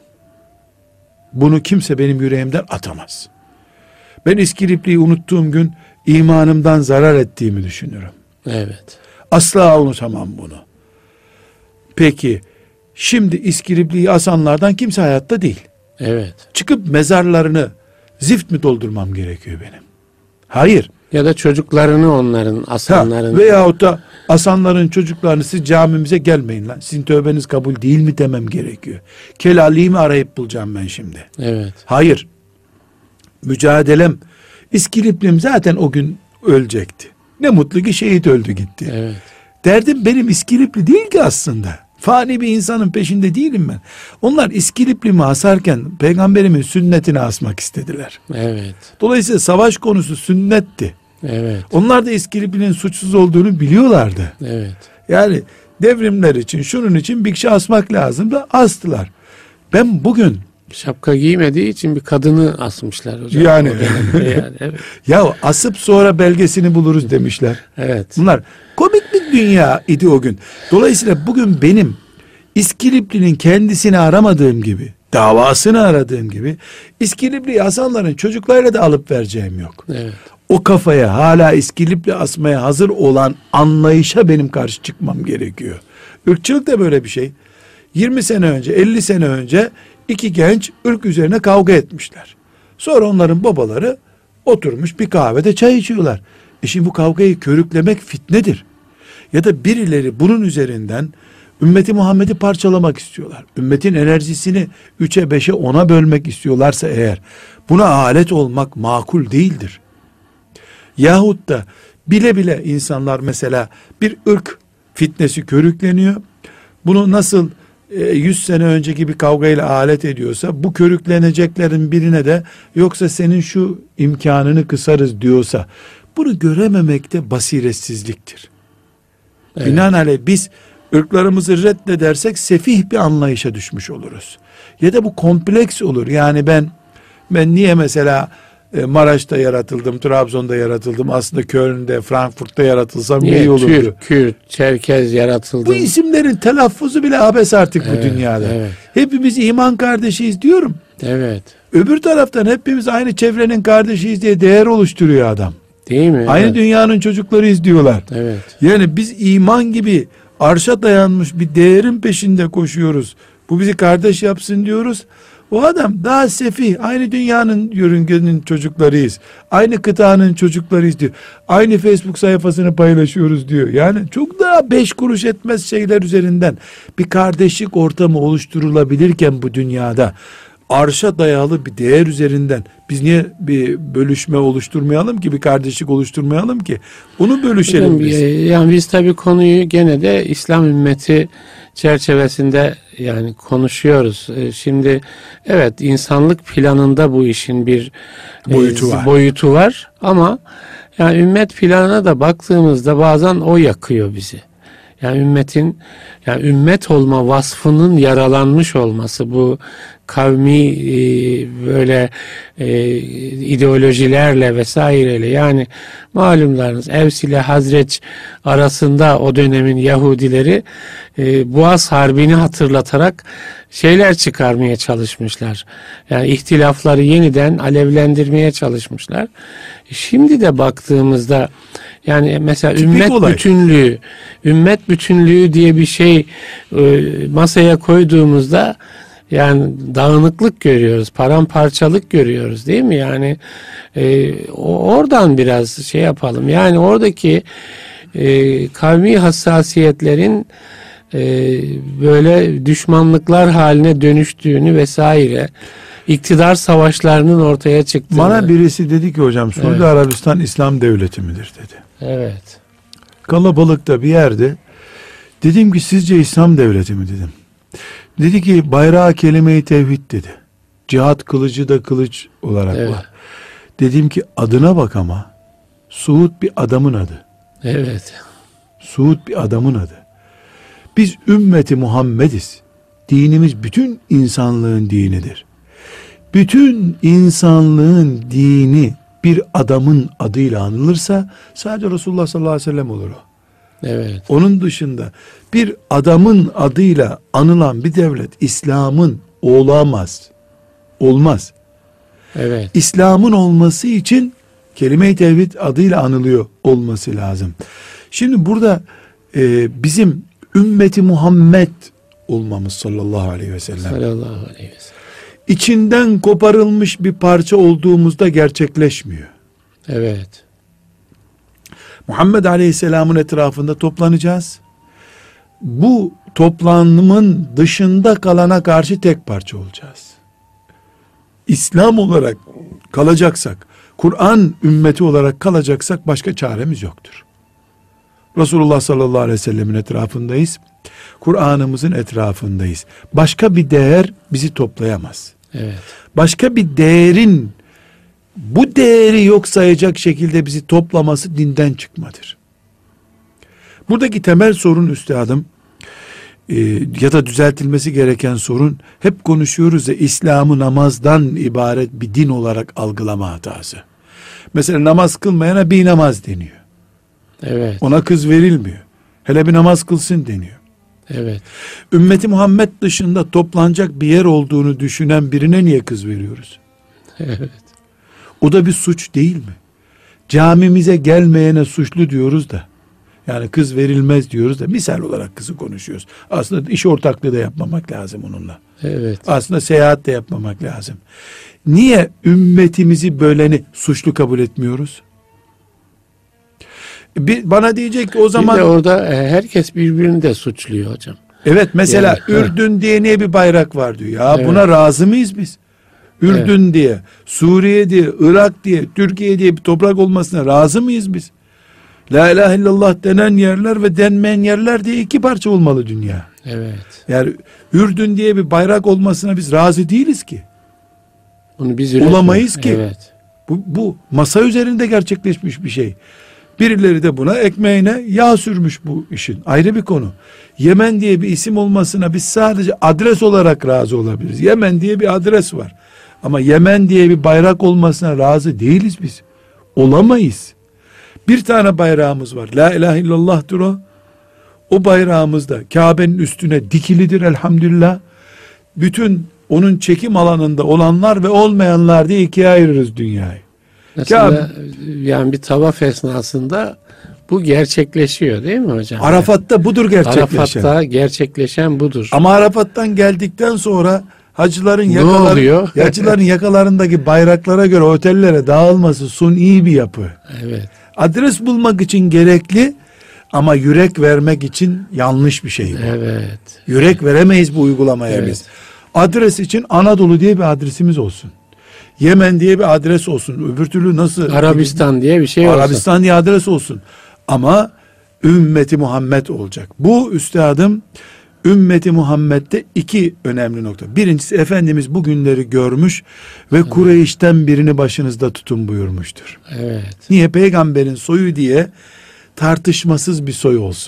Speaker 2: Bunu kimse benim yüreğimden atamaz. Ben İskilipli'yi unuttuğum gün imanımdan zarar ettiğimi düşünürüm.
Speaker 1: Evet.
Speaker 2: Asla unutamam bunu. Peki şimdi İskilipli'yi asanlardan kimse hayatta değil.
Speaker 1: Evet.
Speaker 2: Çıkıp mezarlarını zift mi doldurmam gerekiyor benim? Hayır.
Speaker 1: Ya da çocuklarını onların, asanların.
Speaker 2: Ha, veyahut da asanların çocuklarını siz camimize gelmeyin lan. Sizin tövbeniz kabul değil mi demem gerekiyor. Kelaliğimi arayıp bulacağım ben şimdi.
Speaker 1: Evet.
Speaker 2: Hayır. Mücadelem, İskiliplim zaten o gün ölecekti. Ne mutlu ki şehit öldü gitti.
Speaker 1: Evet.
Speaker 2: Derdim benim İskilipli değil ki aslında. Fani bir insanın peşinde değilim ben. Onlar İskilipli'mi asarken peygamberimin sünnetini asmak istediler.
Speaker 1: Evet.
Speaker 2: Dolayısıyla savaş konusu sünnetti.
Speaker 1: Evet.
Speaker 2: Onlar da İskilipli'nin suçsuz olduğunu biliyorlardı.
Speaker 1: Evet.
Speaker 2: Yani devrimler için, şunun için bir kişi asmak lazım da astılar. Ben bugün
Speaker 1: Şapka giymediği için bir kadını asmışlar hocam.
Speaker 2: Yani.
Speaker 1: O dönemde yani. Evet.
Speaker 2: ya asıp sonra belgesini buluruz demişler.
Speaker 1: Evet.
Speaker 2: Bunlar komik bir dünya idi o gün. Dolayısıyla bugün benim İskilipli'nin kendisini aramadığım gibi, davasını aradığım gibi, İskilipli'yi asanların çocuklarıyla da alıp vereceğim yok.
Speaker 1: Evet.
Speaker 2: O kafaya, hala İskilipli asmaya hazır olan anlayışa benim karşı çıkmam gerekiyor. Irkçılık da böyle bir şey. yirmi sene önce, elli sene önce iki genç ırk üzerine kavga etmişler. Sonra onların babaları oturmuş bir kahvede çay içiyorlar. E şimdi bu kavgayı körüklemek fitnedir. Ya da birileri bunun üzerinden ümmeti Muhammed'i parçalamak istiyorlar. Ümmetin enerjisini üçe, beşe, ona bölmek istiyorlarsa eğer, buna alet olmak makul değildir. Yahut da bile bile insanlar mesela bir ırk fitnesi körükleniyor. Bunu nasıl yüz sene önceki bir kavgayla alet ediyorsa, bu körükleneceklerin birine de yoksa senin şu imkanını kısarız diyorsa, bunu görememek de basiretsizliktir.
Speaker 1: Evet.
Speaker 2: Binaenaleyh biz ırklarımızı reddedersek sefih bir anlayışa düşmüş oluruz. Ya da bu kompleks olur. Yani ben ben niye mesela Maraş'ta yaratıldım, Trabzon'da yaratıldım, aslında Köln'de, Frankfurt'ta yaratılsam
Speaker 1: Niye
Speaker 2: iyi olurdu.
Speaker 1: Türk, Kürt, Çerkez yaratıldı?
Speaker 2: Bu isimlerin telaffuzu bile abes artık
Speaker 1: Evet,
Speaker 2: bu dünyada.
Speaker 1: evet.
Speaker 2: Hepimiz iman kardeşiyiz diyorum.
Speaker 1: Evet.
Speaker 2: Öbür taraftan hepimiz aynı çevrenin kardeşiyiz diye değer oluşturuyor adam.
Speaker 1: Değil mi?
Speaker 2: Aynı
Speaker 1: Evet.
Speaker 2: dünyanın çocuklarıyız diyorlar.
Speaker 1: Evet.
Speaker 2: Yani biz iman gibi arşa dayanmış bir değerin peşinde koşuyoruz. Bu bizi kardeş yapsın diyoruz. O adam daha sefih, aynı dünyanın yörüngenin çocuklarıyız. Aynı kıtanın çocuklarıyız diyor. Aynı Facebook sayfasını paylaşıyoruz diyor. Yani çok daha beş kuruş etmez şeyler üzerinden bir kardeşlik ortamı oluşturulabilirken bu dünyada arşa dayalı bir değer üzerinden biz niye bir bölüşme oluşturmayalım ki, bir kardeşlik oluşturmayalım ki? Onu bölüşelim
Speaker 1: Hocam,
Speaker 2: biz.
Speaker 1: yani biz tabii konuyu gene de İslam ümmeti çerçevesinde yani konuşuyoruz. Şimdi evet, insanlık planında bu işin bir
Speaker 2: Boyutu
Speaker 1: e,
Speaker 2: var.
Speaker 1: boyutu var ama yani ümmet planına da baktığımızda bazen o yakıyor bizi. Yani ümmetin, yani ümmet olma vasfının yaralanmış olması, bu kavmi e, böyle e, ideolojilerle vesaireyle, yani malumlarınız Evs ile Hazreç arasında o dönemin Yahudileri e, Boğaz Harbi'ni hatırlatarak şeyler çıkarmaya çalışmışlar. Yani ihtilafları yeniden alevlendirmeye çalışmışlar. Şimdi de baktığımızda yani mesela
Speaker 2: Tipik
Speaker 1: ümmet
Speaker 2: olay.
Speaker 1: bütünlüğü, ümmet bütünlüğü diye bir şey e, masaya koyduğumuzda yani dağınıklık görüyoruz, paramparçalık görüyoruz, değil mi? Yani e, o- oradan biraz şey yapalım. Yani oradaki e, kavmi hassasiyetlerin e, böyle düşmanlıklar haline dönüştüğünü vesaire, iktidar savaşlarının ortaya çıktığını.
Speaker 2: Bana birisi dedi ki hocam Suudi
Speaker 1: Evet.
Speaker 2: Arabistan İslam devleti midir dedi.
Speaker 1: Evet.
Speaker 2: Kalabalıkta bir yerde. Dedim ki sizce İslam devleti mi dedim. Dedi ki bayrağı kelime-i tevhid dedi. Cihat kılıcı da kılıç olarak
Speaker 1: Evet.
Speaker 2: var. Dedim ki adına bak ama Suud bir adamın adı.
Speaker 1: Evet.
Speaker 2: Suud bir adamın adı. Biz ümmeti Muhammediz. Dinimiz bütün insanlığın dinidir. Bütün insanlığın dini bir adamın adıyla anılırsa sadece Resulullah sallallahu aleyhi ve sellem olur o.
Speaker 1: Evet.
Speaker 2: Onun dışında bir adamın adıyla anılan bir devlet İslam'ın olamaz. Olmaz.
Speaker 1: Evet.
Speaker 2: İslam'ın olması için kelime-i tevhid adıyla anılıyor olması lazım. Şimdi burada e, bizim ümmeti Muhammed olmamız sallallahu aleyhi ve sellem
Speaker 1: Sallallahu aleyhi ve sellem.
Speaker 2: içinden koparılmış bir parça olduğumuzda gerçekleşmiyor.
Speaker 1: Evet.
Speaker 2: Muhammed Aleyhisselam'ın etrafında toplanacağız. Bu toplanımın dışında kalana karşı tek parça olacağız. İslam olarak kalacaksak, Kur'an ümmeti olarak kalacaksak başka çaremiz yoktur. Resulullah sallallahu aleyhi ve sellemin etrafındayız. Kur'an'ımızın etrafındayız. Başka bir değer bizi toplayamaz.
Speaker 1: Evet.
Speaker 2: Başka bir değerin bu değeri yok sayacak şekilde bizi toplaması dinden çıkmadır. Buradaki temel sorun üstadım e, ya da düzeltilmesi gereken sorun, hep konuşuyoruz ya, İslam'ı namazdan ibaret bir din olarak algılama hatası. Mesela namaz kılmayana bir namaz deniyor.
Speaker 1: Evet.
Speaker 2: Ona kız verilmiyor. Hele bir namaz kılsın deniyor.
Speaker 1: Evet.
Speaker 2: Ümmeti Muhammed dışında toplanacak bir yer olduğunu düşünen birine niye kız veriyoruz?
Speaker 1: Evet.
Speaker 2: O da bir suç değil mi? Camimize gelmeyene suçlu diyoruz da, yani kız verilmez diyoruz da, misal olarak kızı konuşuyoruz. Aslında iş ortaklığı da yapmamak lazım onunla.
Speaker 1: Evet.
Speaker 2: Aslında seyahat de yapmamak lazım. Niye ümmetimizi böleni suçlu kabul etmiyoruz? Bir, bana diyecek ki o zaman...
Speaker 1: Bir de orada e, herkes birbirini de suçluyor hocam.
Speaker 2: Evet, mesela
Speaker 1: Yani,
Speaker 2: Ürdün diye niye bir bayrak var diyor. Ya
Speaker 1: Evet.
Speaker 2: buna razı mıyız biz? Ürdün diye, Suriye diye, Irak diye, Türkiye diye bir toprak olmasına razı mıyız biz? La ilahe illallah denen yerler ve denmeyen yerler diye iki parça olmalı dünya.
Speaker 1: Evet.
Speaker 2: Yani Ürdün diye bir bayrak olmasına biz razı değiliz ki.
Speaker 1: Bunu biz üretmiyoruz.
Speaker 2: Olamayız ki.
Speaker 1: Evet.
Speaker 2: Bu, bu masa üzerinde gerçekleşmiş bir şey. Birileri de buna ekmeğine yağ sürmüş bu işin. Ayrı bir konu. Yemen diye bir isim olmasına biz sadece adres olarak razı olabiliriz. Yemen diye bir adres var. Ama Yemen diye bir bayrak olmasına razı değiliz biz. Olamayız. Bir tane bayrağımız var. La ilahe illallah'tır o. O bayrağımızda Kabe'nin üstüne dikilidir elhamdülillah. Bütün onun çekim alanında olanlar ve olmayanlar diye ikiye ayırırız dünyayı.
Speaker 1: Mesela yani bir tavaf esnasında bu gerçekleşiyor değil mi hocam?
Speaker 2: Arafat'ta budur gerçekleşen.
Speaker 1: Arafat'ta gerçekleşen budur.
Speaker 2: Ama Arafat'tan geldikten sonra hacıların
Speaker 1: Ne
Speaker 2: yakaları,
Speaker 1: oluyor?
Speaker 2: hacıların yakalarındaki bayraklara göre otellere dağılması suni bir yapı.
Speaker 1: Evet.
Speaker 2: Adres bulmak için gerekli ama yürek vermek için yanlış bir şey bu.
Speaker 1: Evet.
Speaker 2: Yürek veremeyiz bu uygulamaya
Speaker 1: Evet.
Speaker 2: biz. Adres için Anadolu diye bir adresimiz olsun. Yemen diye bir adres olsun. Öbür türlü nasıl?
Speaker 1: Arabistan diye bir şey olsa.
Speaker 2: Arabistan diye adres olsun. Ama ümmeti Muhammed olacak. Bu üstadım ümmeti Muhammed'de iki önemli nokta. Birincisi, Efendimiz bu günleri görmüş ve Kureyş'ten birini başınızda tutun buyurmuştur.
Speaker 1: Evet.
Speaker 2: Niye? Peygamberin soyu diye tartışmasız bir soy olsun.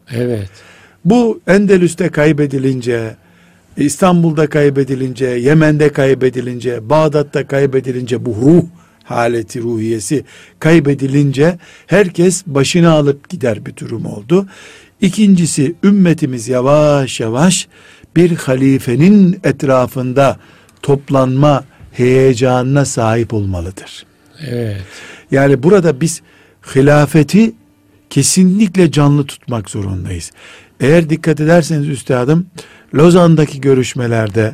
Speaker 1: Evet.
Speaker 2: Bu Endülüs'te kaybedilince, İstanbul'da kaybedilince, Yemen'de kaybedilince, Bağdat'ta kaybedilince, bu ruh haleti ruhiyesi kaybedilince herkes başını alıp gider bir durum oldu. İkincisi, ümmetimiz yavaş yavaş bir halifenin etrafında toplanma heyecanına sahip olmalıdır.
Speaker 1: Evet.
Speaker 2: Yani burada biz hilafeti kesinlikle canlı tutmak zorundayız. Eğer dikkat ederseniz üstadım, Lozan'daki görüşmelerde,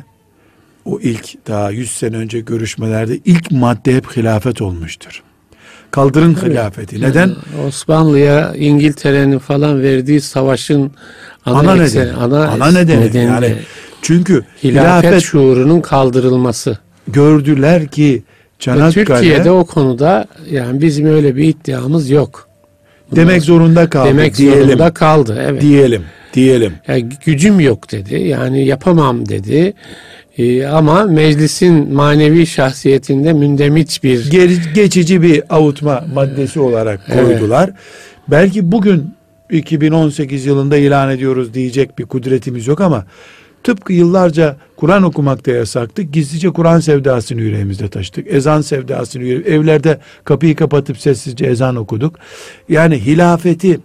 Speaker 2: o ilk daha yüz sene önce görüşmelerde ilk madde hep hilafet olmuştur. Kaldırın evet. hilafeti. Neden?
Speaker 1: Yani Osmanlı'ya İngiltere'nin falan verdiği savaşın ana,
Speaker 2: ana
Speaker 1: eksen,
Speaker 2: nedeni.
Speaker 1: Ana,
Speaker 2: ana nedeni.
Speaker 1: nedeni.
Speaker 2: Yani çünkü
Speaker 1: hilafet,
Speaker 2: hilafet
Speaker 1: şuurunun kaldırılması.
Speaker 2: Gördüler ki Çanakkale,
Speaker 1: Türkiye'de o konuda yani bizim öyle bir iddiamız yok. Bundan
Speaker 2: demek zorunda kaldı.
Speaker 1: Demek
Speaker 2: diyelim.
Speaker 1: zorunda kaldı. Evet.
Speaker 2: Diyelim. Diyelim.
Speaker 1: Yani gücüm yok dedi. Yani yapamam dedi. Ee, ama meclisin manevi şahsiyetinde mündemiç bir
Speaker 2: Ge- geçici bir avutma maddesi olarak koydular. Evet. Belki bugün iki bin on sekiz yılında ilan ediyoruz diyecek bir kudretimiz yok ama tıpkı yıllarca Kur'an okumakta yasaktı. Gizlice Kur'an sevdasını yüreğimizde taşıdık. Ezan sevdasını yüreğimizde. Evlerde kapıyı kapatıp sessizce ezan okuduk. Yani hilafeti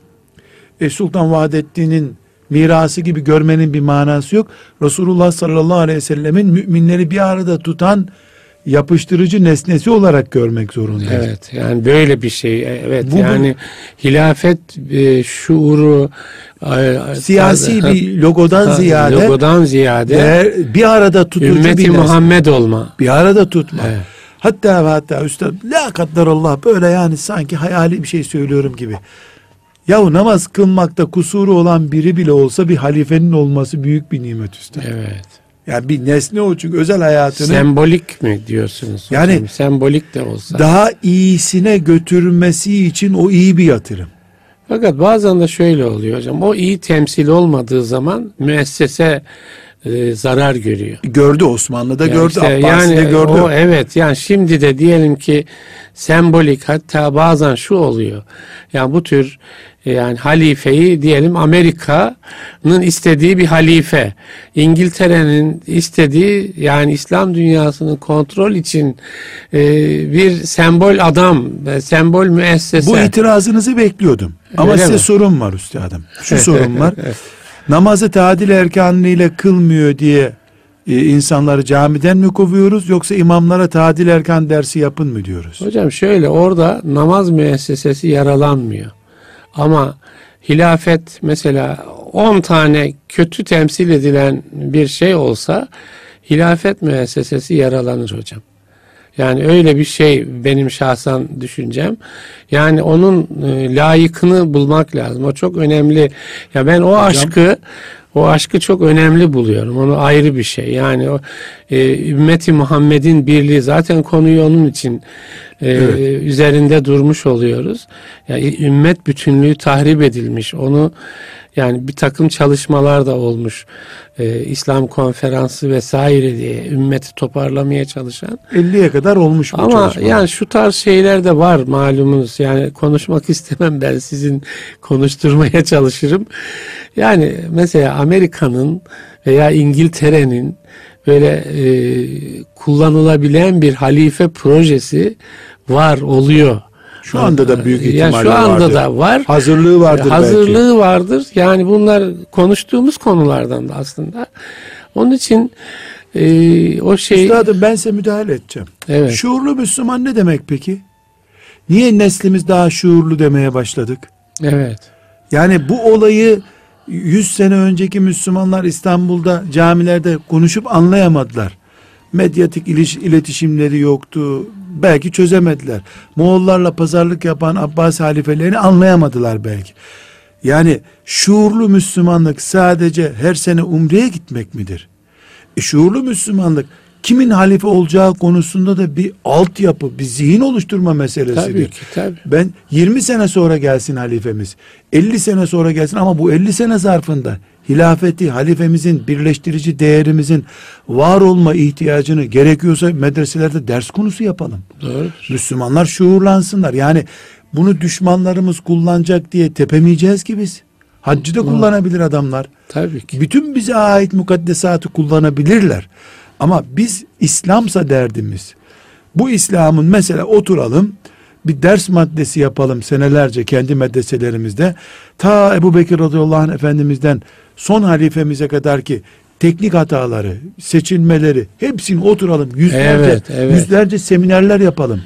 Speaker 2: e, Sultan Vahdettin'in mirası gibi görmenin bir manası yok. Resulullah sallallahu aleyhi ve sellemin müminleri bir arada tutan yapıştırıcı nesnesi olarak görmek zorundayız.
Speaker 1: Evet, yani böyle bir şey. Evet,
Speaker 2: Bu,
Speaker 1: yani hilafet e, şuuru e,
Speaker 2: siyasi
Speaker 1: tarzı,
Speaker 2: bir logodan ziyade
Speaker 1: logodan ziyade
Speaker 2: değer, bir arada tutucu
Speaker 1: ümmeti
Speaker 2: bir
Speaker 1: Muhammed olma.
Speaker 2: Bir arada tutma.
Speaker 1: Evet.
Speaker 2: Hatta ve hatta üstad la kadderallah böyle yani sanki hayali bir şey söylüyorum gibi. Yahu namaz kılmakta kusuru olan biri bile olsa bir halifenin olması büyük bir nimet üstad.
Speaker 1: Evet.
Speaker 2: Yani bir nesne o, çünkü özel hayatını
Speaker 1: sembolik mi diyorsunuz hocam?
Speaker 2: Yani
Speaker 1: sembolik de olsa
Speaker 2: daha iyisine götürmesi için o iyi bir yatırım.
Speaker 1: Fakat bazen de şöyle oluyor hocam. O iyi temsil olmadığı zaman müessese e, zarar görüyor.
Speaker 2: Gördü, Osmanlı'da
Speaker 1: yani
Speaker 2: gördü,
Speaker 1: işte,
Speaker 2: Abbasi'de
Speaker 1: yani
Speaker 2: gördü.
Speaker 1: O, evet yani şimdi de diyelim ki sembolik, hatta bazen şu oluyor. Yani bu tür yani halifeyi diyelim Amerika'nın istediği bir halife, İngiltere'nin istediği yani İslam dünyasının kontrol için e, bir sembol adam, sembol müessese.
Speaker 2: Bu itirazınızı bekliyordum. Ama
Speaker 1: Öyle
Speaker 2: size
Speaker 1: mi?
Speaker 2: sorum var üstadım. Şu sorum var. Namazı tadil erkanıyla kılmıyor diye e, insanları camiden mi kovuyoruz, yoksa imamlara tadil erkan dersi yapın mı diyoruz?
Speaker 1: Hocam şöyle, orada namaz müessesesi yaralanmıyor. Ama hilafet mesela on tane kötü temsil edilen bir şey olsa hilafet müessesesi yaralanır hocam. Yani öyle bir şey benim şahsen düşüncem. Yani onun e, layıkını bulmak lazım. O çok önemli. Ya ben o hocam, aşkı o aşkı çok önemli buluyorum. Onu ayrı bir şey. Yani o e, ümmeti Muhammed'in birliği, zaten konuyu onun için e, evet. üzerinde durmuş oluyoruz. Yani ümmet bütünlüğü tahrip edilmiş. Onu yani bir takım çalışmalar da olmuş. Ee, İslam konferansı vesaire diye ümmeti toparlamaya çalışan.
Speaker 2: elliye kadar olmuş bu
Speaker 1: Ama
Speaker 2: çalışmalar.
Speaker 1: yani şu tarz şeyler de var malumunuz. Yani konuşmak istemem, ben sizin konuşturmaya çalışırım. Yani mesela Amerika'nın veya İngiltere'nin böyle e, kullanılabilen bir halife projesi var, oluyor.
Speaker 2: Şu anda da büyük ihtimalle
Speaker 1: yani şu anda
Speaker 2: vardır.
Speaker 1: da var.
Speaker 2: Hazırlığı vardır
Speaker 1: Hazırlığı
Speaker 2: belki.
Speaker 1: vardır. Yani bunlar konuştuğumuz konulardan da aslında. Onun için e, o şey...
Speaker 2: Üstadım ben size müdahale edeceğim.
Speaker 1: Evet.
Speaker 2: Şuurlu Müslüman ne demek peki? Niye neslimiz daha şuurlu demeye başladık?
Speaker 1: Evet.
Speaker 2: Yani bu olayı yüz sene önceki Müslümanlar İstanbul'da camilerde konuşup anlayamadılar. Medyatik iliş, iletişimleri yoktu. Belki çözemediler. Moğollarla pazarlık yapan Abbas halifelerini anlayamadılar belki. Yani şuurlu Müslümanlık sadece her sene umreye gitmek midir? E şuurlu Müslümanlık kimin halife olacağı konusunda da bir altyapı, bir zihin oluşturma meselesidir.
Speaker 1: Tabii ki, tabii.
Speaker 2: Ben yirmi sene sonra gelsin halifemiz, elli sene sonra gelsin ama bu elli sene zarfında hilafeti, halifemizin, birleştirici değerimizin var olma ihtiyacını gerekiyorsa medreselerde ders konusu yapalım.
Speaker 1: Doğru.
Speaker 2: Müslümanlar şuurlansınlar. Yani bunu düşmanlarımız kullanacak diye tepemeyeceğiz ki biz. Haccı da kullanabilir adamlar.
Speaker 1: Tabii ki.
Speaker 2: Bütün bize ait mukaddesatı kullanabilirler. Ama biz İslamsa derdimiz. Bu İslam'ın mesela oturalım, bir ders maddesi yapalım senelerce kendi medreselerimizde. Ta Ebu Bekir radıyallahu anh Efendimiz'den son halifemize kadar ki teknik hataları, seçilmeleri hepsini oturalım. Yüzlerce,
Speaker 1: evet, evet.
Speaker 2: yüzlerce seminerler yapalım.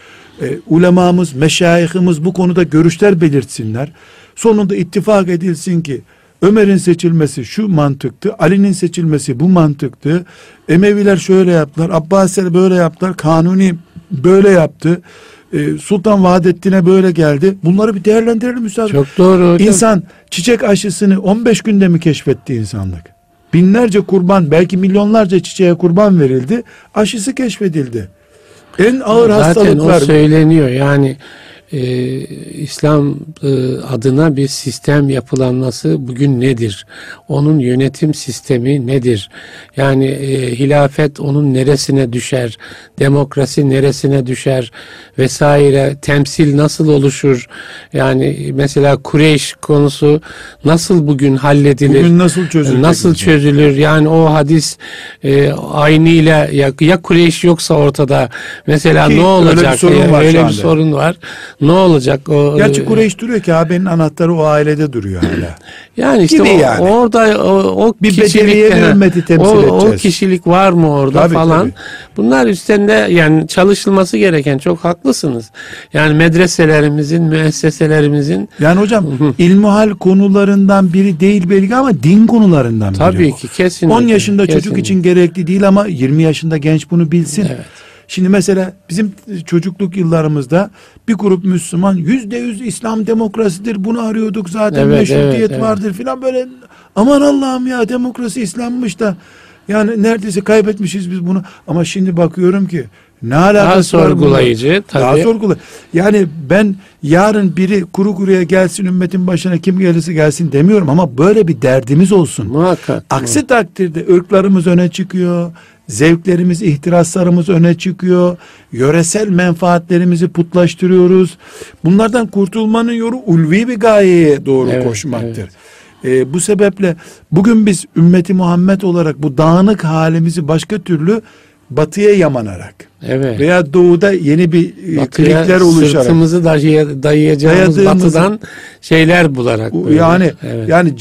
Speaker 2: E, ulemamız, meşayihimiz bu konuda görüşler belirtsinler. Sonunda ittifak edilsin ki Ömer'in seçilmesi şu mantıktı, Ali'nin seçilmesi bu mantıktı. Emeviler şöyle yaptılar, Abbasiler böyle yaptılar, Kanuni böyle yaptı. E, Sultan Vahdettin'e böyle geldi. Bunları bir değerlendirelim üstad.
Speaker 1: Çok doğru hocam.
Speaker 2: İnsan çiçek aşısını on beş günde mi keşfetti insanlık? Binlerce kurban, belki milyonlarca çiçeğe kurban verildi. Aşısı keşfedildi. En ağır
Speaker 1: Zaten
Speaker 2: hastalıklar.
Speaker 1: Zaten o söyleniyor. Yani e, İslam e, adına bir sistem yapılanması bugün nedir? Onun yönetim sistemi nedir? Yani e, hilafet onun neresine düşer? Demokrasi neresine düşer? Vesaire. Temsil nasıl oluşur? Yani mesela Kureyş konusu nasıl bugün halledilir?
Speaker 2: Bugün nasıl çözülür?
Speaker 1: Nasıl çözülür? Yani o hadis e, aynıyla ya, ya Kureyş yoksa ortada mesela
Speaker 2: Ki
Speaker 1: ne olacak?
Speaker 2: Öyle bir sorun
Speaker 1: yani,
Speaker 2: var.
Speaker 1: Öyle bir sorun var. Ne olacak? O,
Speaker 2: Gerçi Kureyş duruyor, Kabe'nin anahtarı o ailede duruyor hala.
Speaker 1: Yani işte o,
Speaker 2: yani.
Speaker 1: orada o, o
Speaker 2: bir
Speaker 1: kişilik,
Speaker 2: bedeliye bir ümmeti temsil
Speaker 1: o,
Speaker 2: edeceğiz.
Speaker 1: o kişilik var mı orada
Speaker 2: Tabii,
Speaker 1: falan.
Speaker 2: tabii.
Speaker 1: Bunlar üstünde yani çalışılması gereken, çok haklısınız. Yani medreselerimizin, müesseselerimizin.
Speaker 2: Yani hocam ilmuhal konularından biri değil belki ama din konularından biri.
Speaker 1: Tabii ki kesinlikle.
Speaker 2: on yaşında
Speaker 1: kesinlikle.
Speaker 2: çocuk için gerekli değil ama yirmi yaşında genç bunu bilsin.
Speaker 1: Evet.
Speaker 2: Şimdi mesela bizim çocukluk yıllarımızda bir grup Müslüman yüzde yüz İslam demokrasidir, bunu arıyorduk zaten,
Speaker 1: Evet,
Speaker 2: meşrutiyet
Speaker 1: evet, evet.
Speaker 2: vardır filan, böyle aman Allah'ım ya demokrasi İslam'mış da yani neredeyse kaybetmişiz biz bunu. Ama şimdi bakıyorum ki ne alakası
Speaker 1: Daha
Speaker 2: var bunun?
Speaker 1: sorgulayıcı tabii.
Speaker 2: Daha sorgulayıcı. Yani ben yarın biri kuru kuruya gelsin, ümmetin başına kim gelirse gelsin demiyorum ama böyle bir derdimiz olsun.
Speaker 1: Muhakkak.
Speaker 2: Aksi takdirde ırklarımız öne çıkıyor, zevklerimiz, ihtiraslarımız öne çıkıyor, yöresel menfaatlerimizi putlaştırıyoruz. Bunlardan kurtulmanın yolu ulvi bir gayeye doğru
Speaker 1: Evet,
Speaker 2: koşmaktır.
Speaker 1: evet.
Speaker 2: Ee, bu sebeple bugün biz ümmeti Muhammed olarak bu dağınık halimizi başka türlü batıya yamanarak
Speaker 1: Evet.
Speaker 2: veya doğuda yeni bir
Speaker 1: Batıya
Speaker 2: klikler oluşarak,
Speaker 1: sırtımızı dayay- dayayacağımız
Speaker 2: Dayadığımız-
Speaker 1: batıdan şeyler bularak. böyle.
Speaker 2: yani
Speaker 1: Evet.
Speaker 2: yani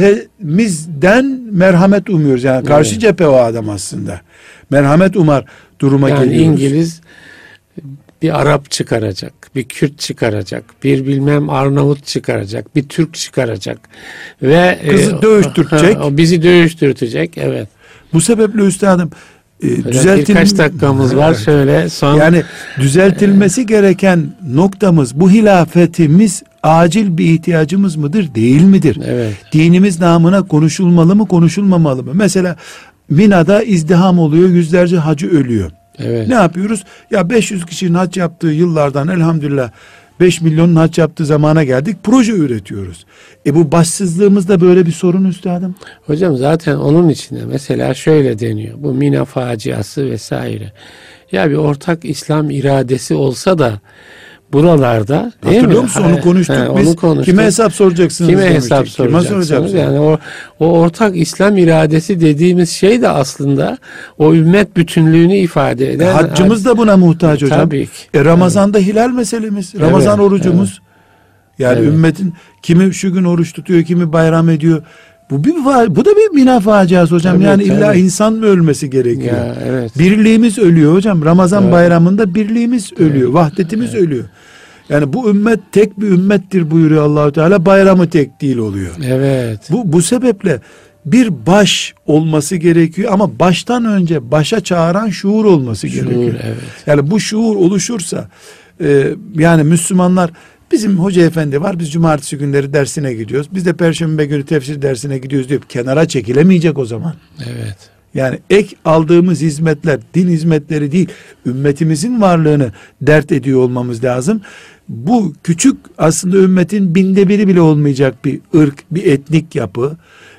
Speaker 2: cephemizden merhamet umuyoruz. Yani karşı
Speaker 1: Evet.
Speaker 2: cephe o adam aslında. Merhamet umar duruma
Speaker 1: Yani
Speaker 2: geliyoruz.
Speaker 1: İngiliz bir Arap çıkaracak, bir Kürt çıkaracak, bir bilmem Arnavut çıkaracak, bir Türk çıkaracak ve
Speaker 2: Kızı dövüştürecek.
Speaker 1: O bizi dövüştürtecek. Evet.
Speaker 2: Bu sebeple üstadım e,
Speaker 1: Hocam
Speaker 2: düzeltil-
Speaker 1: birkaç dakikamız var. Şöyle son.
Speaker 2: Yani düzeltilmesi gereken noktamız, bu hilafetimiz acil bir ihtiyacımız mıdır, değil midir?
Speaker 1: Evet.
Speaker 2: Dinimiz namına konuşulmalı mı, konuşulmamalı mı? Mesela Mina'da izdiham oluyor, yüzlerce hacı ölüyor.
Speaker 1: Evet.
Speaker 2: Ne yapıyoruz? Ya beş yüz kişinin hac yaptığı yıllardan elhamdülillah beş milyonun hac yaptığı zamana geldik. Proje üretiyoruz. E bu başsızlığımız da böyle bir sorun üstadım.
Speaker 1: Hocam zaten onun içinde mesela şöyle deniyor. Bu Mina faciası vesaire. Ya bir ortak İslam iradesi olsa da buralarda, değil
Speaker 2: Hatırlıyor
Speaker 1: mi?
Speaker 2: musun?
Speaker 1: Ha,
Speaker 2: Onu konuştuk
Speaker 1: ha,
Speaker 2: biz.
Speaker 1: onu konuştuk.
Speaker 2: Kime hesap soracaksınız
Speaker 1: Kime
Speaker 2: demiştik.
Speaker 1: hesap
Speaker 2: Kime
Speaker 1: soracaksınız?
Speaker 2: soracaksınız?
Speaker 1: Yani o, o ortak İslam iradesi dediğimiz şey de aslında o ümmet bütünlüğünü ifade
Speaker 2: E,
Speaker 1: eden.
Speaker 2: haccımız da buna muhtaç hocam.
Speaker 1: Tabii ki.
Speaker 2: E, Ramazan'da hilal meselemiz. Ramazan
Speaker 1: Evet,
Speaker 2: orucumuz. Yani
Speaker 1: Evet.
Speaker 2: ümmetin kimi şu gün oruç tutuyor, kimi bayram ediyor. Bu bir fa- bu da bir mina faciası hocam.
Speaker 1: Tabii,
Speaker 2: yani
Speaker 1: tabii.
Speaker 2: illa insan mı ölmesi gerekiyor?
Speaker 1: Ya, evet.
Speaker 2: Birliğimiz ölüyor hocam. Ramazan
Speaker 1: Evet.
Speaker 2: bayramında birliğimiz ölüyor. Vahdetimiz ölüyor. Yani bu ümmet tek bir ümmettir buyuruyor Allahu Teala. Bayramı tek değil oluyor.
Speaker 1: Evet.
Speaker 2: Bu bu sebeple bir baş olması gerekiyor ama baştan önce başa çağıran şuur olması
Speaker 1: Şuur,
Speaker 2: gerekiyor.
Speaker 1: evet.
Speaker 2: Yani bu şuur oluşursa e, yani Müslümanlar, bizim hoca efendi var, biz cumartesi günleri dersine gidiyoruz, biz de perşembe günü tefsir dersine gidiyoruz diyor, kenara çekilemeyecek o zaman.
Speaker 1: Evet.
Speaker 2: Yani ek aldığımız hizmetler din hizmetleri değil, ümmetimizin varlığını dert ediyor olmamız lazım. Bu küçük aslında ümmetin binde biri bile olmayacak bir ırk, bir etnik yapı,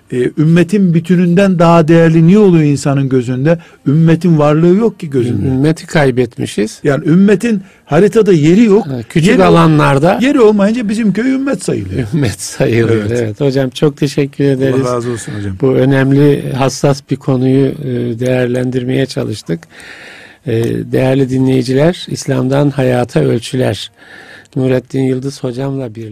Speaker 2: e, ümmetin bütününden daha değerli niye oluyor insanın gözünde? Ümmetin varlığı yok ki gözünde.
Speaker 1: Ümmeti kaybetmişiz.
Speaker 2: Yani ümmetin haritada yeri yok.
Speaker 1: Küçük
Speaker 2: yeri,
Speaker 1: alanlarda
Speaker 2: yeri olmayınca bizim köy ümmet sayılıyor.
Speaker 1: ümmet sayılıyor. Evet. evet. Hocam çok teşekkür ederiz.
Speaker 2: Allah razı olsun hocam.
Speaker 1: Bu önemli, hassas bir konuyu değerlendirmeye çalıştık. Değerli dinleyiciler, İslam'dan Hayata Ölçüler, Nurettin Yıldız hocamla bir